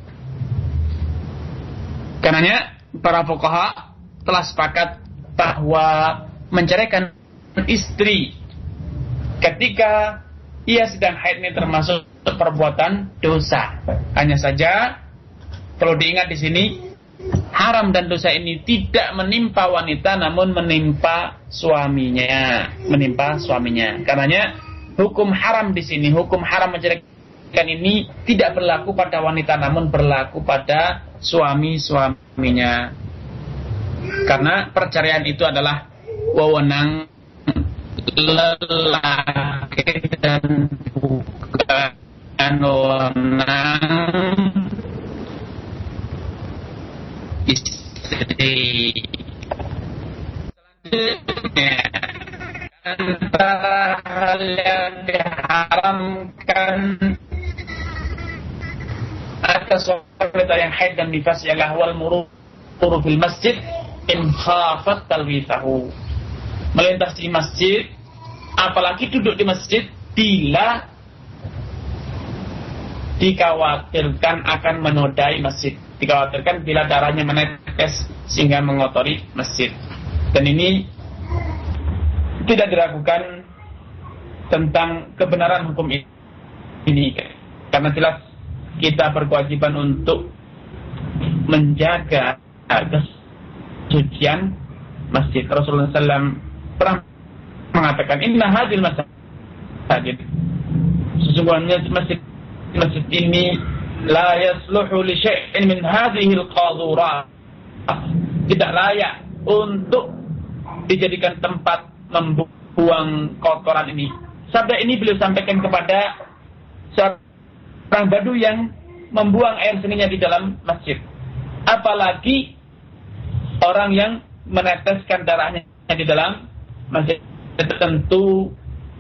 Karenanya para fuqaha telah sepakat bahwa menceraikan istri ketika ia sedang haid ini termasuk perbuatan dosa. Hanya saja perlu diingat di sini, haram dan dosa ini tidak menimpa wanita, namun menimpa suaminya, menimpa suaminya. Karenanya hukum haram di sini, hukum haram menceraikan ini tidak berlaku pada wanita, namun berlaku pada suami-suaminya. Karena perceraian itu adalah wewenang lelaki dan bukan wewenang istri. Selanjutnya, antara hal yang diharamkan atas wanita yang haid dan nifas ialah wal mururu fil masjid in khafat talwithahu, melintasi masjid, apalagi duduk di masjid bila dikhawatirkan akan menodai masjid, dikhawatirkan bila darahnya menetes sehingga mengotori masjid. Dan ini tidak diragukan tentang kebenaran hukum ini, karena jelas kita berkewajiban untuk menjaga kesucian masjid. Rasulullah sallallahu alaihi wasallam pernah mengatakan, inna hadhil masajid, sesungguhnya masjid masjid ini la yasluhu li syai'in min hadhil qadurat, tidak layak untuk dijadikan tempat membuang kotoran ini. Sabda ini beliau sampaikan kepada seorang badu yang membuang air seninya di dalam masjid. Apalagi orang yang meneteskan darahnya di dalam masjid, tentu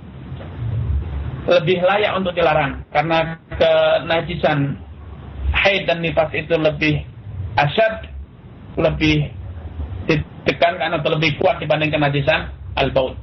lebih layak untuk dilarang, karena kenajisan haid dan nifas itu lebih asyad, lebih ditekankan atau lebih kuat dibanding kenajisan al-baul.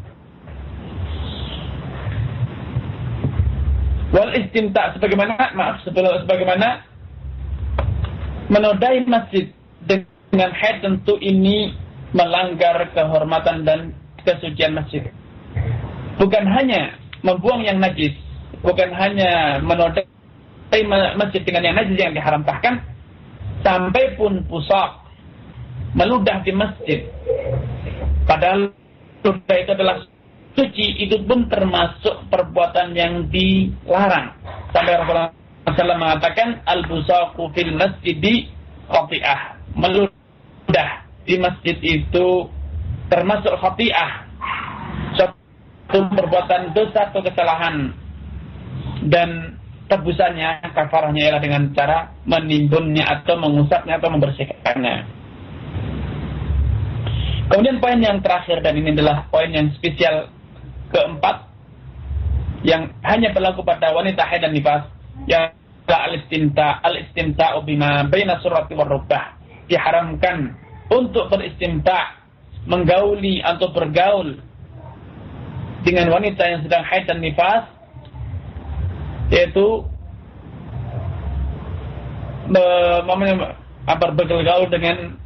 Wal istimta, sebagaimana maaf sebagaimana menodai masjid dengan haid, tentu ini melanggar kehormatan dan kesucian masjid. Bukan hanya membuang yang najis, bukan hanya menodai masjid dengan yang najis yang diharamkan, sampai pun pusak meludah di masjid, padahal ludah itu adalah suci, itu pun termasuk perbuatan yang dilarang. Sampai Rasulullah shallallahu alaihi wasallam mengatakan, al-busaqu fil masjidi khati'ah, meludah di masjid itu termasuk khati'ah, suatu perbuatan dosa atau kesalahan, dan tebusannya, kafarahnya ialah dengan cara menimbunnya atau mengusapnya atau membersihkannya. Kemudian poin yang terakhir, dan ini adalah poin yang spesial keempat, yang hanya berlaku pada wanita haid dan nifas, yang al-istimta al-istimta'u bima baina surrati war rubbah, diharamkan untuk beristimta, menggauli atau bergaul dengan wanita yang sedang haid dan nifas, yaitu bergaul dengan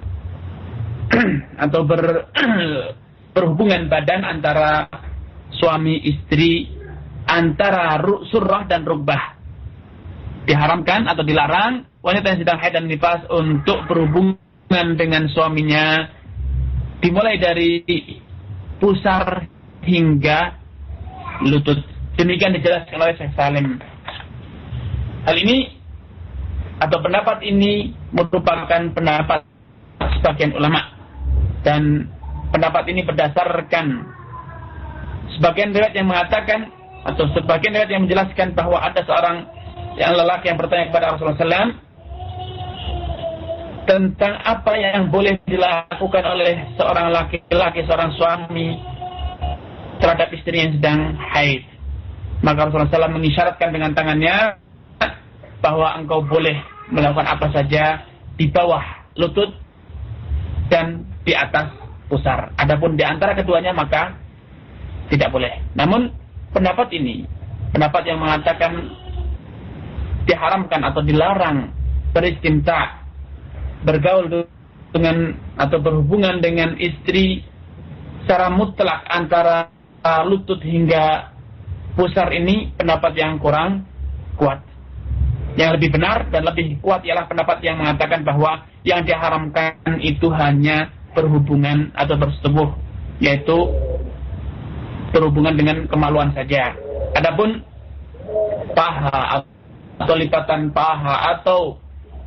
atau ber, berhubungan badan antara suami istri, antara surrah dan rubbah. Diharamkan atau dilarang wanita yang sedang haid dan nifas untuk berhubungan dengan suaminya, dimulai dari pusar hingga lutut. Demikian dijelaskan oleh Syekh Salim. Hal ini atau pendapat ini merupakan pendapat sebagian ulama, dan pendapat ini berdasarkan sebagian riwayat yang mengatakan atau sebagian riwayat yang menjelaskan bahwa ada seorang yang lelaki yang bertanya kepada Rasulullah shallallahu alaihi wasallam tentang apa yang boleh dilakukan oleh seorang laki-laki, seorang suami terhadap istri yang sedang haid. Maka Rasulullah shallallahu alaihi wasallam mengisyaratkan dengan tangannya bahwa engkau boleh melakukan apa saja di bawah lutut dan di atas pusar. Adapun di antara keduanya maka tidak boleh. Namun pendapat ini, pendapat yang mengatakan diharamkan atau dilarang beristimta, bergaul dengan atau berhubungan dengan istri secara mutlak antara lutut hingga pusar, ini pendapat yang kurang kuat. Yang lebih benar dan lebih kuat ialah pendapat yang mengatakan bahwa yang diharamkan itu hanya berhubungan atau bersetubuh, yaitu berhubungan dengan kemaluan saja. Adapun paha atau lipatan paha atau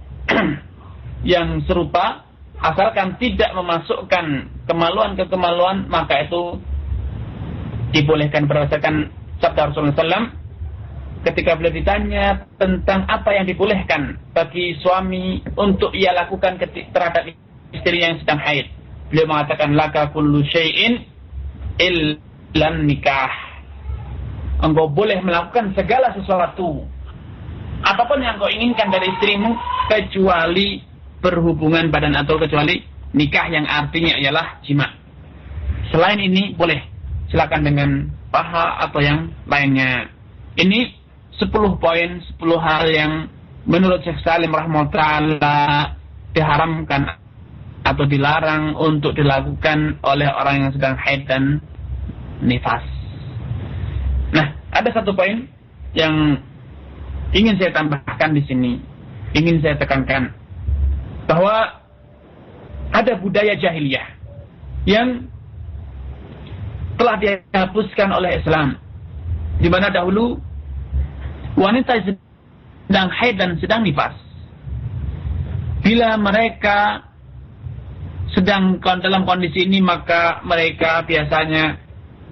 yang serupa, asalkan tidak memasukkan kemaluan ke kemaluan, maka itu dibolehkan berdasarkan sabda Rasulullah shallallahu alaihi wasallam ketika beliau ditanya tentang apa yang dibolehkan bagi suami untuk ia lakukan terhadap istri yang sedang haid. Beliau mengatakan, laka kullu syai'in illan nikah. Engkau boleh melakukan segala sesuatu, apapun yang kau inginkan dari istrimu, kecuali berhubungan badan atau kecuali nikah yang artinya ialah jima. Selain ini boleh, silakan dengan paha atau yang lainnya. Ini sepuluh poin, sepuluh hal yang menurut Syekh Salim rahimahullah diharamkan atau dilarang untuk dilakukan oleh orang yang sedang haid dan nifas. Nah, ada satu poin yang ingin saya tambahkan di sini, ingin saya tekankan, bahwa ada budaya jahiliyah yang telah dihapuskan oleh Islam, di mana dahulu wanita sedang haid dan sedang nifas, bila mereka sedang dalam kondisi ini, maka mereka biasanya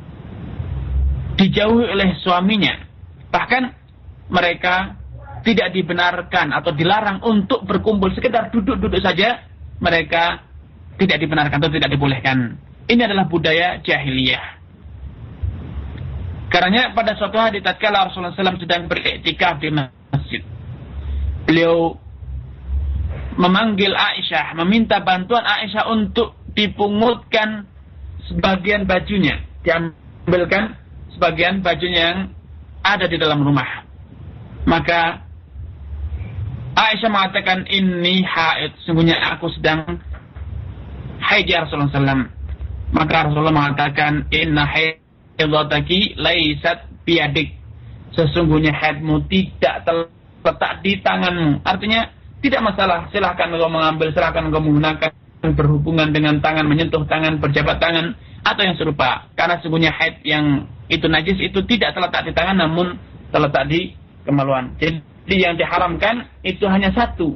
dijauhi oleh suaminya. Bahkan mereka tidak dibenarkan atau dilarang untuk berkumpul, sekedar duduk-duduk saja mereka tidak dibenarkan atau tidak dibolehkan. Ini adalah budaya jahiliyah. Karena pada suatu hari tatkala Rasulullah shallallahu alaihi wasallam sedang beriktikaf di masjid, beliau memanggil Aisyah, meminta bantuan Aisyah untuk dipungutkan sebagian bajunya, diambilkan sebagian bajunya yang ada di dalam rumah. Maka Aisyah mengatakan, ini haid, sungguhnya aku sedang haid ya Rasulullah shallallahu alaihi wasallam. Maka Rasulullah mengatakan, inna haidhataki laisat biyadik, sesungguhnya haidmu tidak terletak di tanganmu. Artinya tidak masalah, silahkan engkau mengambil, silahkan engkau menggunakan, berhubungan dengan tangan, menyentuh tangan, berjabat tangan atau yang serupa. Karena sesungguhnya haid yang itu najis itu tidak terletak di tangan, namun terletak di kemaluan. Jadi yang diharamkan itu hanya satu,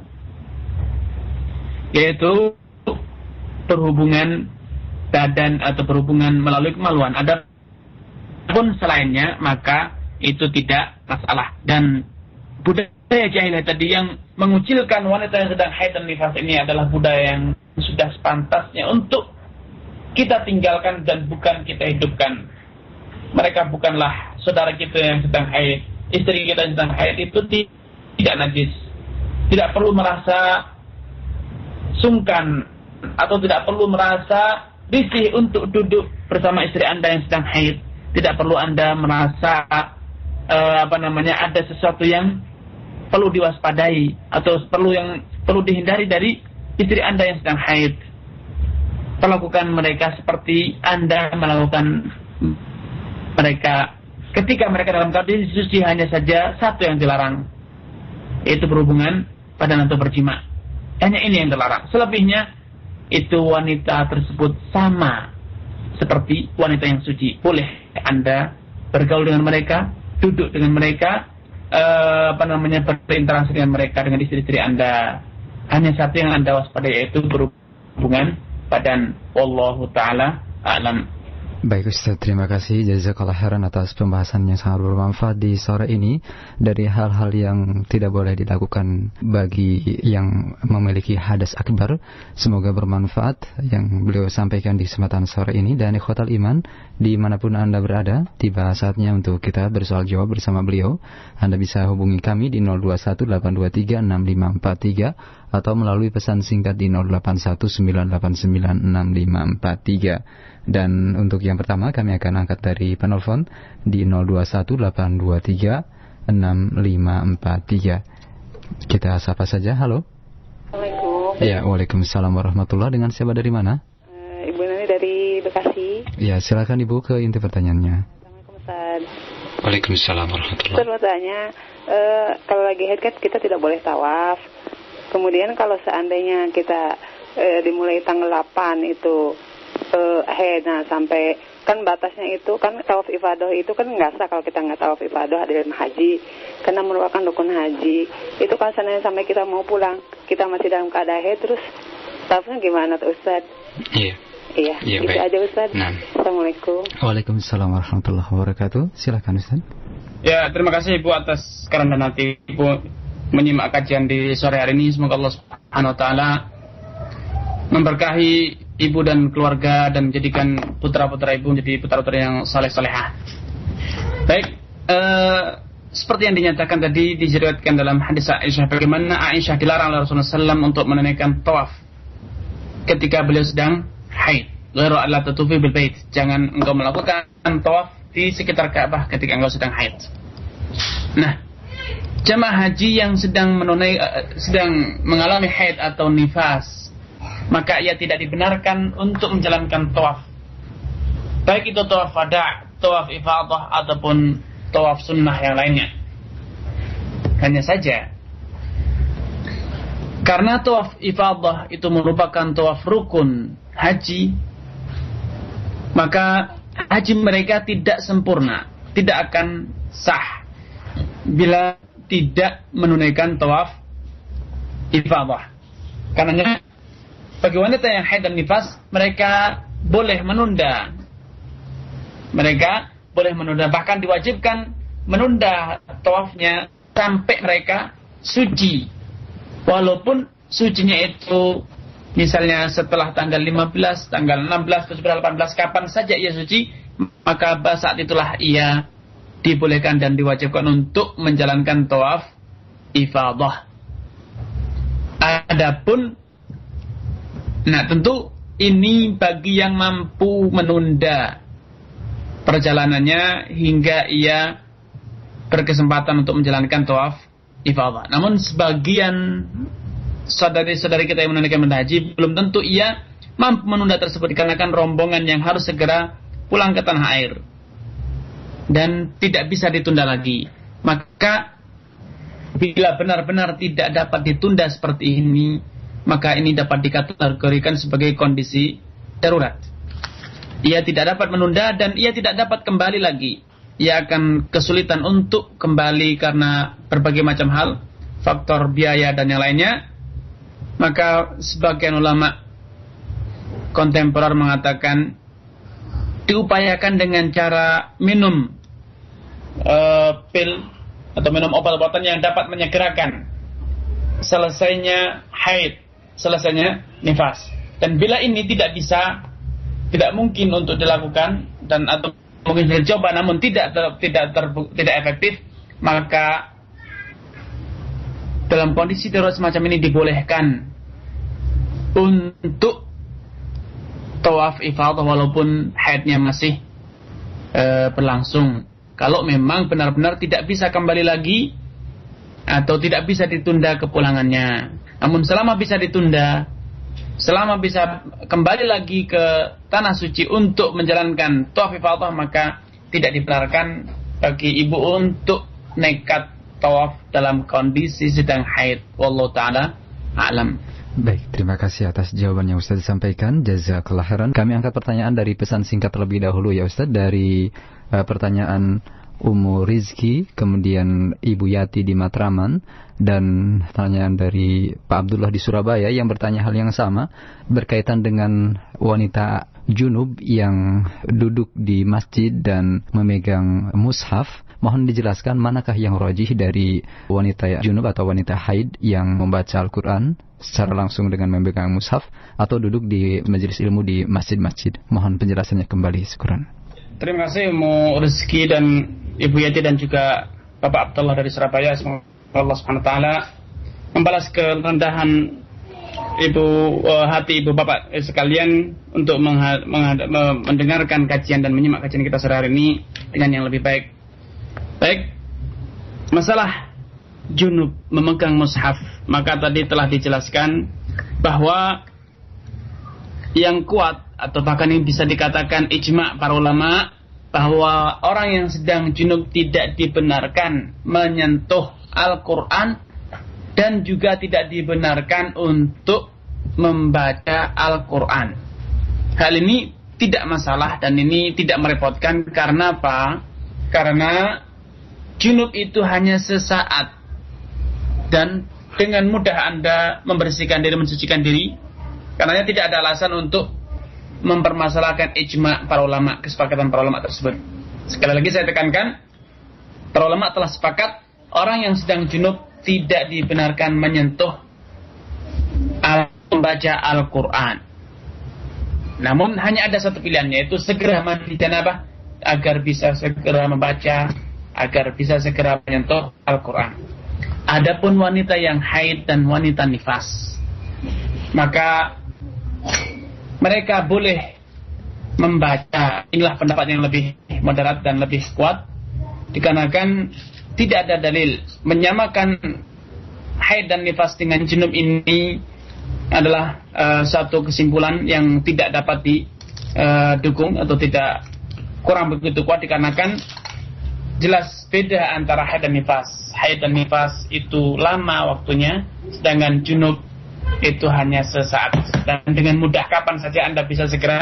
yaitu berhubungan badan atau berhubungan melalui kemaluan. Adapun selainnya maka itu tidak masalah. Dan budaya jahiliyah tadi yang mengucilkan wanita yang sedang haid dan nifas ini adalah budaya yang sudah sepantasnya untuk kita tinggalkan dan bukan kita hidupkan. Mereka bukanlah saudara kita yang sedang haid, istri kita yang sedang haid itu tidak najis. Tidak perlu merasa sungkan atau tidak perlu merasa risih untuk duduk bersama istri Anda yang sedang haid. Tidak perlu Anda merasa uh, apa namanya ada sesuatu yang perlu diwaspadai atau perlu yang perlu dihindari dari istri Anda yang sedang haid. Perlakukan mereka seperti Anda melakukan mereka ketika mereka dalam kondisi suci. Hanya saja satu yang dilarang, yaitu berhubungan badan atau berjima. Hanya ini yang dilarang. Selebihnya itu wanita tersebut sama seperti wanita yang suci. Boleh Anda bergaul dengan mereka, duduk dengan mereka, Uh, apa namanya berinteraksi dengan mereka, dengan istri-istri Anda. Hanya satu yang Anda waspadai, yaitu berhubungan badan. Wallahu ta'ala a'lam. Baik Ustaz, terima kasih jazakallah khairan atas pembahasan yang sangat bermanfaat di sore ini. Dari hal-hal yang tidak boleh dilakukan bagi yang memiliki hadas akbar, semoga bermanfaat yang beliau sampaikan di kesempatan sore ini. Dan ikhwatal iman, dimanapun Anda berada, tiba saatnya untuk kita bersoal jawab bersama beliau. Anda bisa hubungi kami di nol dua satu delapan dua tiga enam lima empat tiga atau melalui pesan singkat di nol delapan satu sembilan delapan sembilan enam lima empat tiga. Dan untuk yang pertama kami akan angkat dari penelpon di nol dua satu delapan dua tiga enam lima empat tiga. Kita sapa saja. Halo. Assalamualaikum. Ya, waalaikumsalam warahmatullahi. Dengan siapa dari mana? Uh, Ibu Nani dari Bekasi. Ya, silakan Ibu ke inti pertanyaannya. Assalamualaikum Ustaz. Waalaikumsalam warahmatullahi. Ustaz, mau tanya, uh, kalau lagi haid kan kita tidak boleh tawaf. Kemudian kalau seandainya kita uh, dimulai tanggal delapan itu Uh, haid, nah sampai kan batasnya itu kan tawaf ifadah itu kan nggak sah kalau kita nggak tawaf ifadah dalam haji, karena merupakan rukun haji. Itu kan seandainya sampai kita mau pulang kita masih dalam keadaan haid, terus tawafnya gimana tuh Ustaz? Iya. Iya, ya, itu aja Ustaz. Nah. Assalamualaikum. Waalaikumsalam warahmatullahi wabarakatuh. Silakan Ustaz. Ya, terima kasih Ibu atas kerana nanti Ibu menyimak kajian di sore hari ini. Semoga Allah Subhanahu wa taala memberkahi ibu dan keluarga dan menjadikan putra-putra ibu menjadi putra-putra yang saleh-salehah. Baik, uh, seperti yang dinyatakan tadi, diriwayatkan dalam hadis Aisyah, bagaimana Aisyah dilarang oleh Rasulullah shallallahu alaihi wasallam untuk menunaikan tawaf ketika beliau sedang haid. Ghairu alla tatufi bil bait, jangan engkau melakukan tawaf di sekitar Ka'bah ketika engkau sedang haid. Nah, jemaah haji yang sedang menunai uh, sedang mengalami haid atau nifas, maka ia tidak dibenarkan untuk menjalankan tawaf, baik itu tawaf wada', tawaf ifadah ataupun tawaf sunnah yang lainnya. Hanya saja karena tawaf ifadah itu merupakan tawaf rukun haji, maka haji mereka tidak sempurna, tidak akan sah bila tidak menunaikan tawaf ifadah. Karenanya bagi wanita yang haid dan nifas, mereka boleh menunda. Mereka boleh menunda, bahkan diwajibkan menunda tawafnya sampai mereka suci. Walaupun sucinya itu misalnya setelah tanggal lima belas, tanggal enam belas, tujuh belas, delapan belas, kapan saja ia suci, maka saat itulah ia dibolehkan dan diwajibkan untuk menjalankan tawaf ifadah. Adapun, nah tentu ini bagi yang mampu menunda perjalanannya hingga ia berkesempatan untuk menjalankan tawaf ifadah. Namun sebagian saudari-saudari kita yang menunaikan ibadah haji belum tentu ia mampu menunda tersebut dikarenakan rombongan yang harus segera pulang ke tanah air dan tidak bisa ditunda lagi. Maka bila benar-benar tidak dapat ditunda seperti ini, maka ini dapat dikategorikan sebagai kondisi darurat. Ia tidak dapat menunda dan ia tidak dapat kembali lagi. Ia akan kesulitan untuk kembali karena berbagai macam hal, faktor biaya dan yang lainnya. Maka sebagian ulama kontemporer mengatakan diupayakan dengan cara minum uh, pil atau minum obat-obatan yang dapat menyegerakan selesainya haid, selesainya nifas. Dan bila ini tidak bisa, tidak mungkin untuk dilakukan dan atau mungkin dicoba namun tidak ter, tidak ter, tidak efektif, maka dalam kondisi darurat semacam ini dibolehkan untuk tawaf ifadah walaupun haidnya masih e, berlangsung. Kalau memang benar-benar tidak bisa kembali lagi atau tidak bisa ditunda kepulangannya. Namun selama bisa ditunda, selama bisa kembali lagi ke tanah suci untuk menjalankan tawaf ifadah, maka tidak dibenarkan bagi ibu untuk nekat tawaf dalam kondisi sedang haid. Wallahu ta'ala a'lam. Baik, terima kasih atas jawaban yang Ustaz sampaikan. Jazakallah khairan. Kami angkat pertanyaan dari pesan singkat terlebih dahulu ya Ustaz, dari uh, pertanyaan Ummu Rizki, kemudian Ibu Yati di Matraman, dan pertanyaan dari Pak Abdullah di Surabaya yang bertanya hal yang sama berkaitan dengan wanita junub yang duduk di masjid dan memegang mushaf. Mohon dijelaskan manakah yang rajih dari wanita junub atau wanita haid yang membaca Al-Quran secara langsung dengan memegang mushaf atau duduk di majelis ilmu di masjid-masjid. Mohon penjelasannya kembali, syukran. Terima kasih Mu Rizki dan Ibu Yati dan juga Bapak Abdullah dari Surabaya. Semoga Allah subhanahu wa taala membalas kerendahan ibu uh, hati ibu bapak eh, sekalian untuk mengha- mengha- mendengarkan kajian dan menyimak kajian kita sore hari ini dengan yang lebih baik. Baik, masalah junub memegang mushaf, maka tadi telah dijelaskan bahwa yang kuat atau bahkan ini bisa dikatakan ijma' para ulama bahwa orang yang sedang junub tidak dibenarkan menyentuh Al-Quran dan juga tidak dibenarkan untuk membaca Al-Quran. Hal ini tidak masalah dan ini tidak merepotkan. Karena apa? Karena junub itu hanya sesaat dan dengan mudah Anda membersihkan diri, mensucikan diri. Karenanya tidak ada alasan untuk mempermasalahkan ijma' para ulama, kesepakatan para ulama tersebut. Sekali lagi saya tekankan, para ulama telah sepakat orang yang sedang junub tidak dibenarkan menyentuh al- membaca Al-Quran. Namun hanya ada satu pilihan, yaitu segera mandi janabah agar bisa segera membaca, agar bisa segera menyentuh Al-Quran. Adapun wanita yang haid dan wanita nifas, maka mereka boleh membaca. Inilah pendapat yang lebih moderat dan lebih kuat, dikarenakan tidak ada dalil menyamakan haid dan nifas dengan junub. Ini adalah uh, satu kesimpulan yang tidak dapat didukung uh, atau tidak kurang begitu kuat, dikarenakan jelas beda antara haid dan nifas. Haid dan nifas itu lama waktunya, sedangkan junub itu hanya sesaat. Dan dengan mudah kapan saja Anda bisa segera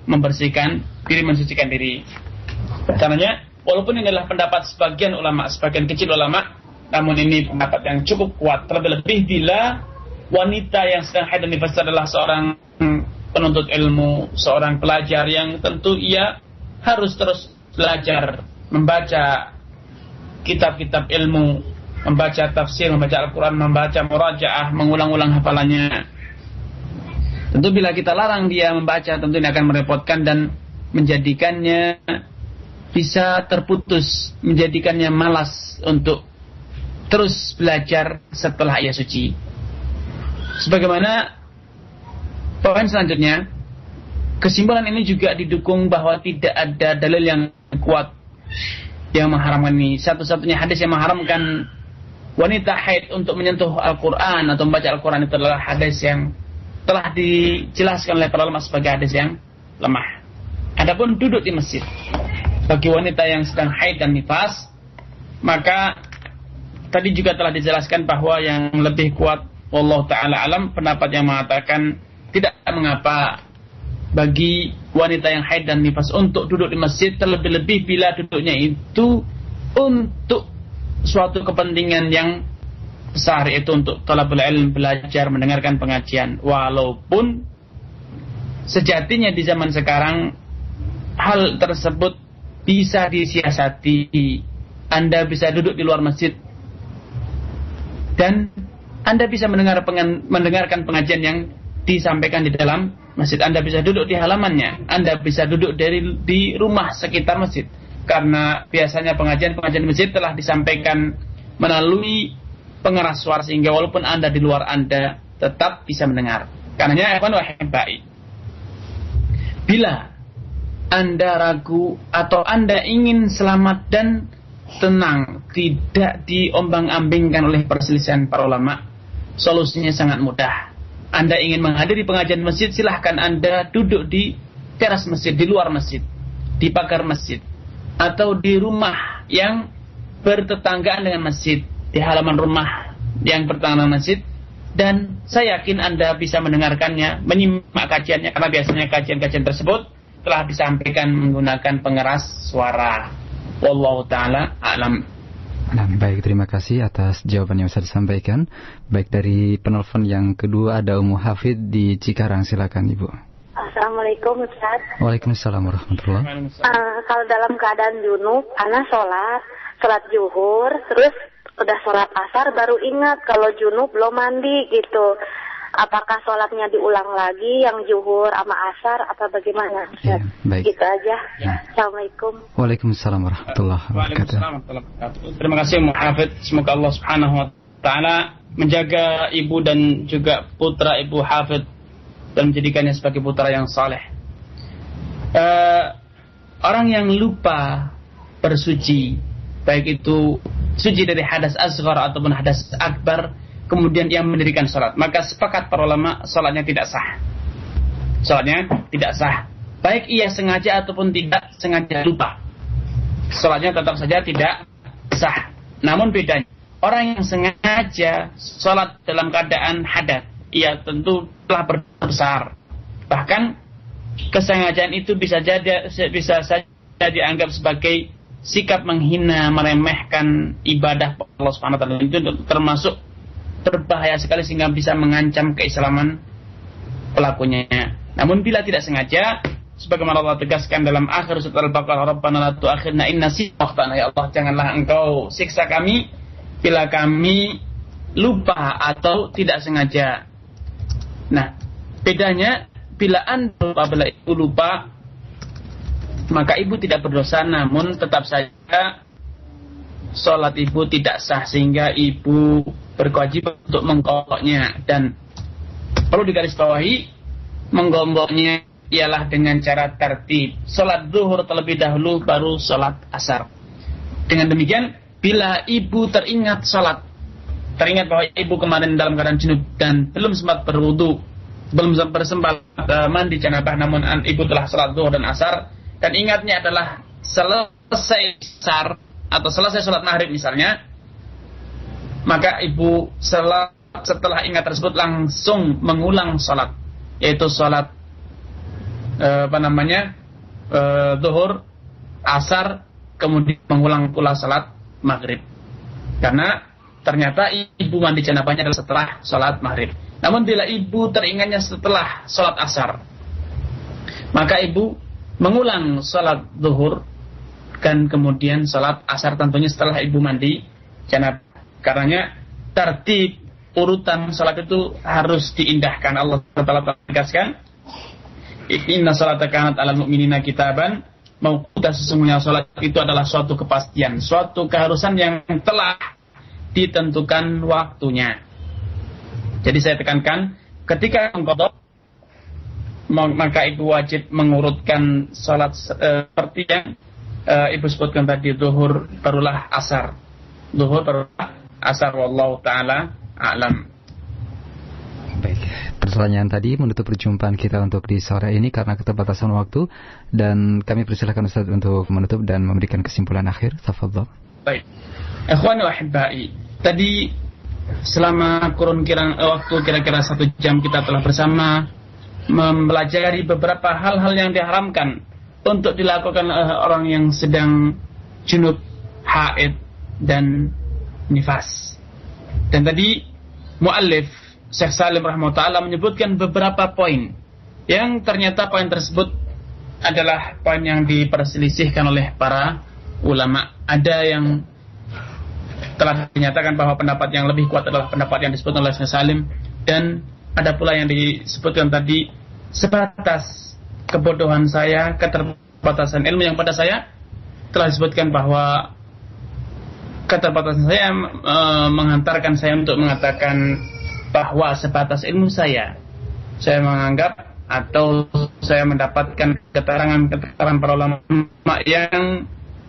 membersihkan diri, mensucikan diri. Caranya, walaupun ini adalah pendapat sebagian ulama, sebagian kecil ulama, namun ini pendapat yang cukup kuat. Terlebih-lebih bila wanita yang sedang haid dan nifas adalah seorang penuntut ilmu, seorang pelajar yang tentu ia harus terus belajar, membaca kitab-kitab ilmu, membaca tafsir, membaca Al-Quran, membaca murajaah, mengulang-ulang hafalannya. Tentu bila kita larang dia membaca, tentu ini akan merepotkan dan menjadikannya bisa terputus, menjadikannya malas untuk terus belajar setelah ia suci. Sebagaimana poin selanjutnya, kesimpulan ini juga didukung bahwa tidak ada dalil yang kuat yang mengharamkan ini. Satu-satunya hadis yang mengharamkan wanita haid untuk menyentuh Al-Quran atau membaca Al-Quran itu adalah hadis yang telah dijelaskan oleh para ulama sebagai hadis yang lemah. Adapun duduk di masjid bagi wanita yang sedang haid dan nifas, maka tadi juga telah dijelaskan bahwa yang lebih kuat, wallahu ta'ala alam, pendapat yang mengatakan tidak mengapa bagi wanita yang haid dan nifas untuk duduk di masjid, terlebih-lebih bila duduknya itu untuk suatu kepentingan yang besar, yaitu untuk talabul ilm, belajar, mendengarkan pengajian. Walaupun sejatinya di zaman sekarang hal tersebut bisa disiasati. Anda bisa duduk di luar masjid dan Anda bisa mendengar pengen, mendengarkan pengajian yang disampaikan di dalam masjid. Anda bisa duduk di halamannya, Anda bisa duduk dari di rumah sekitar masjid, karena biasanya pengajian-pengajian di masjid telah disampaikan melalui pengeras suara sehingga walaupun Anda di luar, Anda tetap bisa mendengar. Karenanya, ikhwan wa ahibbai, bila Anda ragu atau Anda ingin selamat dan tenang, tidak diombang-ambingkan oleh perselisihan para ulama, solusinya sangat mudah. Anda ingin menghadiri pengajian masjid, silahkan Anda duduk di teras masjid, di luar masjid, di pagar masjid, atau di rumah yang bertetanggaan dengan masjid, di halaman rumah yang bertetanggaan dengan masjid, dan saya yakin Anda bisa mendengarkannya, menyimak kajiannya, karena biasanya kajian-kajian tersebut telah disampaikan menggunakan pengeras suara. Wallahu ta'ala a'lam. Nah, baik, terima kasih atas jawaban yang bisa disampaikan. Baik, dari penelpon yang kedua ada Ummu Hafid di Cikarang, silakan Ibu. Assalamualaikum Ustaz. Waalaikumsalam warahmatullahi wabarakatuh. Uh, kalau dalam keadaan junub, ana sholat, sholat zuhur, terus udah sholat asar baru ingat kalau junub belum mandi gitu. Apakah sholatnya diulang lagi yang zuhur sama asar atau bagaimana? Ya, baik. Gitu aja. Ya. Assalamualaikum. Waalaikumsalam warahmatullahi wabarakatuh. Terima kasih Muhafid. Semoga Allah Subhanahu wa taala menjaga ibu dan juga putra Ibu Hafid dan menjadikannya sebagai putra yang saleh. Uh, orang yang lupa bersuci, baik itu suci dari hadas asghar ataupun hadas akbar, kemudian yang mendirikan salat, maka sepakat para ulama salatnya tidak sah. Salatnya tidak sah. Baik ia sengaja ataupun tidak sengaja lupa, salatnya tetap saja tidak sah. Namun bedanya, orang yang sengaja salat dalam keadaan hadas, ia tentu telah berbesar. Bahkan kesengajaan itu bisa jadi bisa saja dianggap sebagai sikap menghina, meremehkan ibadah Allah Subhanahu wa taala. Itu termasuk berbahaya sekali sehingga bisa mengancam keislaman pelakunya. Namun bila tidak sengaja, sebagaimana Allah tegaskan dalam akhir surat Al-Baqarah, Rabbana la tu'akhidna in nasina wa akhtana, ya Allah janganlah engkau siksa kami bila kami lupa atau tidak sengaja. Nah, bedanya bila Anda lupa, bila ibu lupa, maka ibu tidak berdosa, namun tetap saja sholat ibu tidak sah sehingga ibu berkewajiban untuk mengqadha, dan perlu digarisbawahi, menggomboknya ialah dengan cara tertib. Sholat zuhur terlebih dahulu, baru sholat asar. Dengan demikian, bila ibu teringat sholat, teringat bahwa ibu kemarin dalam keadaan junub dan belum sempat berwudu, belum sempat uh, mandi janabah, namun ibu telah sholat zuhur dan asar, dan ingatnya adalah selesai asar atau selesai sholat maghrib misalnya, maka ibu setelah, setelah ingat tersebut langsung mengulang sholat, yaitu sholat eh, apa namanya eh, zuhur, asar, kemudian mengulang pula salat maghrib. Karena ternyata ibu mandi janabahnya adalah setelah salat maghrib. Namun bila ibu teringatnya setelah salat asar, maka ibu mengulang salat zuhur dan kemudian salat asar tentunya setelah ibu mandi janabah. Karenanya tertib urutan salat itu harus diindahkan. Allah Taala tegaskan, inna salata kanat 'alal mu'minina kitaban mauquta, sesungguhnya salat itu adalah suatu kepastian, suatu keharusan yang telah ditentukan waktunya. Jadi saya tekankan, ketika mengqadha maka ibu wajib mengurutkan salat seperti yang uh, ibu sebutkan tadi, zuhur barulah asar, zuhur barulah asar, wallahu taala a'lam. Baik, pertanyaan tadi menutup perjumpaan kita untuk di sore ini karena keterbatasan waktu, dan kami persilakan Ustaz untuk menutup dan memberikan kesimpulan akhir. Tafadhol. Baik. Ikhwani wa ahibbai, tadi selama kurun kira waktu kira-kira satu jam kita telah bersama mempelajari beberapa hal-hal yang diharamkan untuk dilakukan oleh orang yang sedang junub, haid dan nifas. Dan tadi muallif Syekh Salim rahimahullah menyebutkan beberapa poin yang ternyata poin tersebut adalah poin yang diperselisihkan oleh para ulama. Ada yang telah dinyatakan bahwa pendapat yang lebih kuat adalah pendapat yang disebut oleh Syekh Salim, dan ada pula yang disebutkan tadi sebatas kebodohan saya, keterbatasan ilmu yang pada saya, telah disebutkan bahwa keterbatasan saya e, menghantarkan saya untuk mengatakan bahwa sebatas ilmu saya, saya menganggap atau saya mendapatkan keterangan-keterangan para ulama yang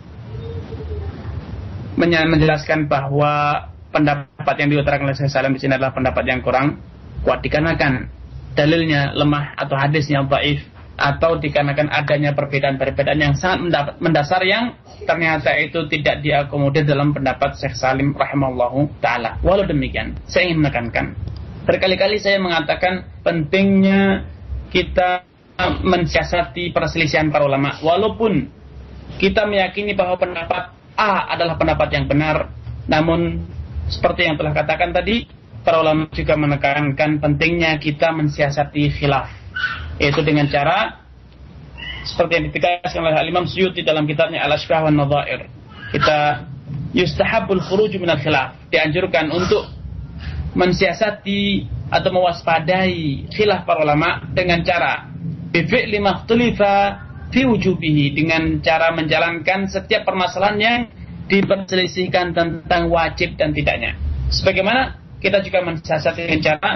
menjelaskan bahwa pendapat yang diutarakan oleh Syekh Salim di sini adalah pendapat yang kurang kuat, dikarenakan dalilnya lemah atau hadisnya dhaif, atau dikarenakan adanya perbedaan-perbedaan yang sangat mendasar yang ternyata itu tidak diakomodir dalam pendapat Syekh Salim rahimahullahu ta'ala. Walau demikian, saya ingin menekankan, berkali-kali saya mengatakan pentingnya kita mensiasati perselisihan para ulama. Walaupun kita meyakini bahwa pendapat A adalah pendapat yang benar, namun seperti yang telah katakan tadi, para ulama juga menekankan pentingnya kita mensiasati khilaf, yaitu dengan cara seperti yang ditegaskan oleh Imam Suyuti dalam kitabnya Al-Ashbah wan Nadhair. Kita yustahabul khuruj minal khilaf, dianjurkan untuk mensiasati atau mewaspadai khilaf para ulama dengan cara bifi'li makhtulifa fi wujubihi, dengan cara menjalankan setiap permasalahan yang diperselisihkan tentang wajib dan tidaknya. Sebagaimana kita juga mensiasati dengan cara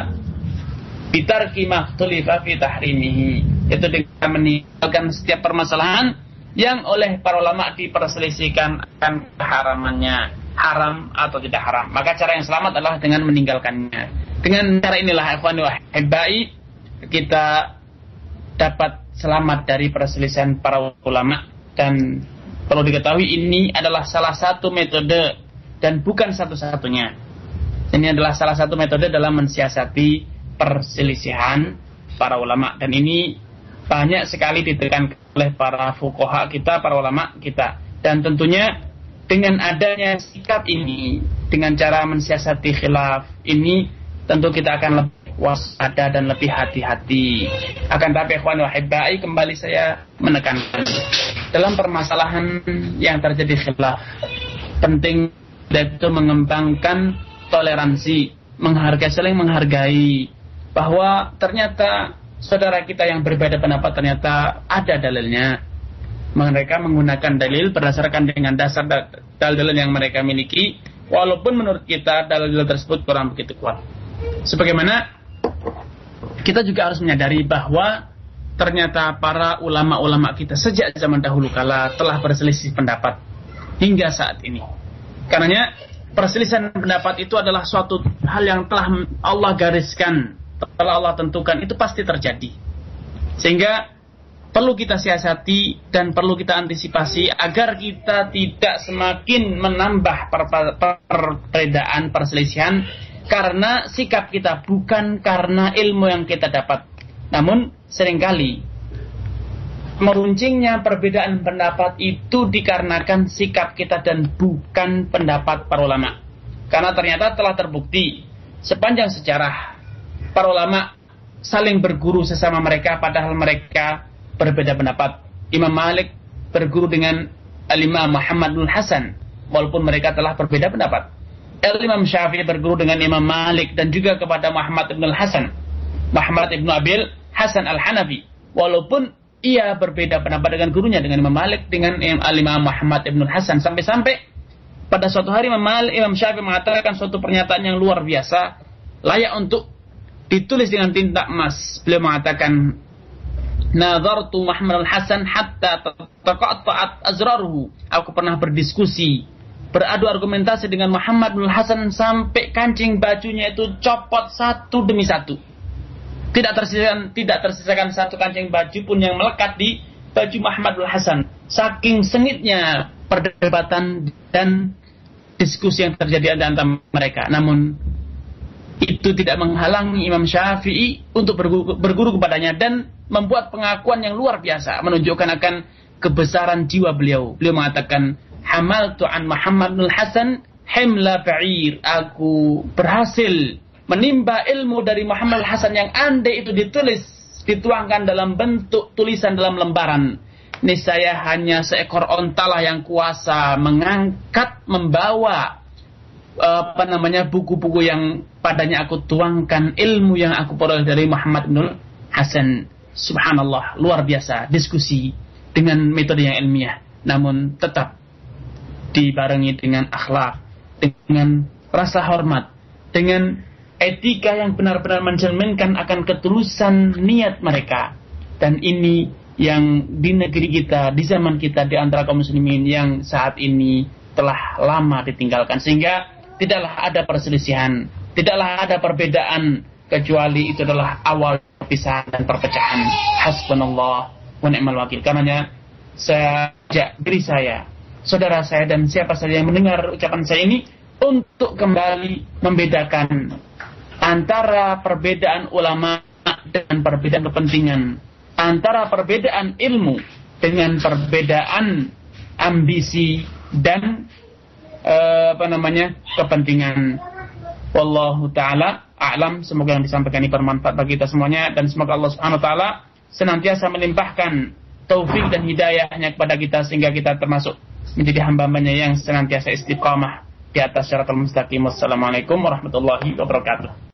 bitarki makhtulifa fi tahrimihi, itu dengan meninggalkan setiap permasalahan yang oleh para ulama diperselisihkan akan keharamannya, haram atau tidak haram. Maka cara yang selamat adalah dengan meninggalkannya. Dengan cara inilah ikhwani wa ahibbai kita dapat selamat dari perselisihan para ulama. Dan perlu diketahui ini adalah salah satu metode dan bukan satu-satunya. Ini adalah salah satu metode dalam mensiasati perselisihan para ulama, dan ini banyak sekali ditekankan oleh para fuqaha kita, para ulama kita. Dan tentunya dengan adanya sikap ini, dengan cara mensiasati khilaf ini, tentu kita akan lebih waspada dan lebih hati-hati. Akan tapi ikhwan wa hibbai, kembali saya menekankan dalam permasalahan yang terjadi khilaf, penting itu mengembangkan toleransi, menghargai, saling menghargai, bahwa ternyata saudara kita yang berbeda pendapat ternyata ada dalilnya. Mereka menggunakan dalil berdasarkan dengan dasar dalil yang mereka miliki, walaupun menurut kita dalil tersebut kurang begitu kuat. Sebagaimana kita juga harus menyadari bahwa ternyata para ulama-ulama kita sejak zaman dahulu kala telah berselisih pendapat hingga saat ini. Karenanya perselisihan pendapat itu adalah suatu hal yang telah Allah gariskan, telah Allah tentukan, itu pasti terjadi. Sehingga perlu kita siasati dan perlu kita antisipasi agar kita tidak semakin menambah per- per- perbedaan perselisihan karena sikap kita, bukan karena ilmu yang kita dapat. Namun seringkali meruncingnya perbedaan pendapat itu dikarenakan sikap kita dan bukan pendapat para ulama. Karena ternyata telah terbukti sepanjang sejarah para ulama saling berguru sesama mereka padahal mereka berbeda pendapat. Imam Malik berguru dengan Al-Imam Muhammad bin Hasan walaupun mereka telah berbeda pendapat. Al-Imam Syafi'i berguru dengan Imam Malik dan juga kepada Muhammad bin Hasan, Muhammad bin Abil Hasan Al-Hanafi, walaupun ia berbeda pendapat dengan gurunya, dengan Imam Malik, dengan Al-Imam Muhammad bin Hasan. Sampai-sampai pada suatu hari Imam Malik, Imam Syafi'i mengatakan suatu pernyataan yang luar biasa, layak untuk ditulis dengan tinta emas. Beliau mengatakan, "Nadhartu Muhammad al-Hasan hatta taqatta'at azraruhu." Aku pernah berdiskusi, beradu argumentasi dengan Muhammad bin Hasan sampai kancing bajunya itu copot satu demi satu. Tidak tersisakan, tidak tersisakan satu kancing baju pun yang melekat di baju Muhammad bin Hasan. Saking sengitnya perdebatan dan diskusi yang terjadi di antara mereka. Namun itu tidak menghalangi Imam Syafi'i untuk berguru, berguru kepadanya dan membuat pengakuan yang luar biasa, menunjukkan akan kebesaran jiwa beliau. Beliau mengatakan, "Hamaltu an Muhammad bin Hasan himla ba'ir." Aku berhasil menimba ilmu dari Muhammad Hasan yang andai itu ditulis, dituangkan dalam bentuk tulisan dalam lembaran, niscaya hanya seekor ontalah yang kuasa mengangkat, membawa apa namanya buku-buku yang padanya aku tuangkan ilmu yang aku peroleh dari Muhammad bin Hasan. Subhanallah, luar biasa diskusi dengan metode yang ilmiah, namun tetap dibarengi dengan akhlak, dengan rasa hormat, dengan etika yang benar-benar mencerminkan akan ketulusan niat mereka. Dan ini yang di negeri kita, di zaman kita, di antara kaum muslimin yang saat ini telah lama ditinggalkan, sehingga tidaklah ada perselisihan, tidaklah ada perbedaan, kecuali itu adalah awal perpisahan dan perpecahan. Hasbunallah wa ni'mal wakil. Karenanya saya ajak diri saya, saudara saya, dan siapa saja yang mendengar ucapan saya ini untuk kembali membedakan antara perbedaan ulama dan perbedaan kepentingan, antara perbedaan ilmu dengan perbedaan ambisi dan uh, apa namanya kepentingan. Wallahu taala a'lam. Semoga yang disampaikan ini bermanfaat bagi kita semuanya, dan semoga Allah Subhanahu wa taala senantiasa melimpahkan taufik dan hidayahnya kepada kita sehingga kita termasuk menjadi hamba-hambanya yang senantiasa istiqamah di atas syaratul mustaqim. Wassalamualaikum warahmatullahi wabarakatuh.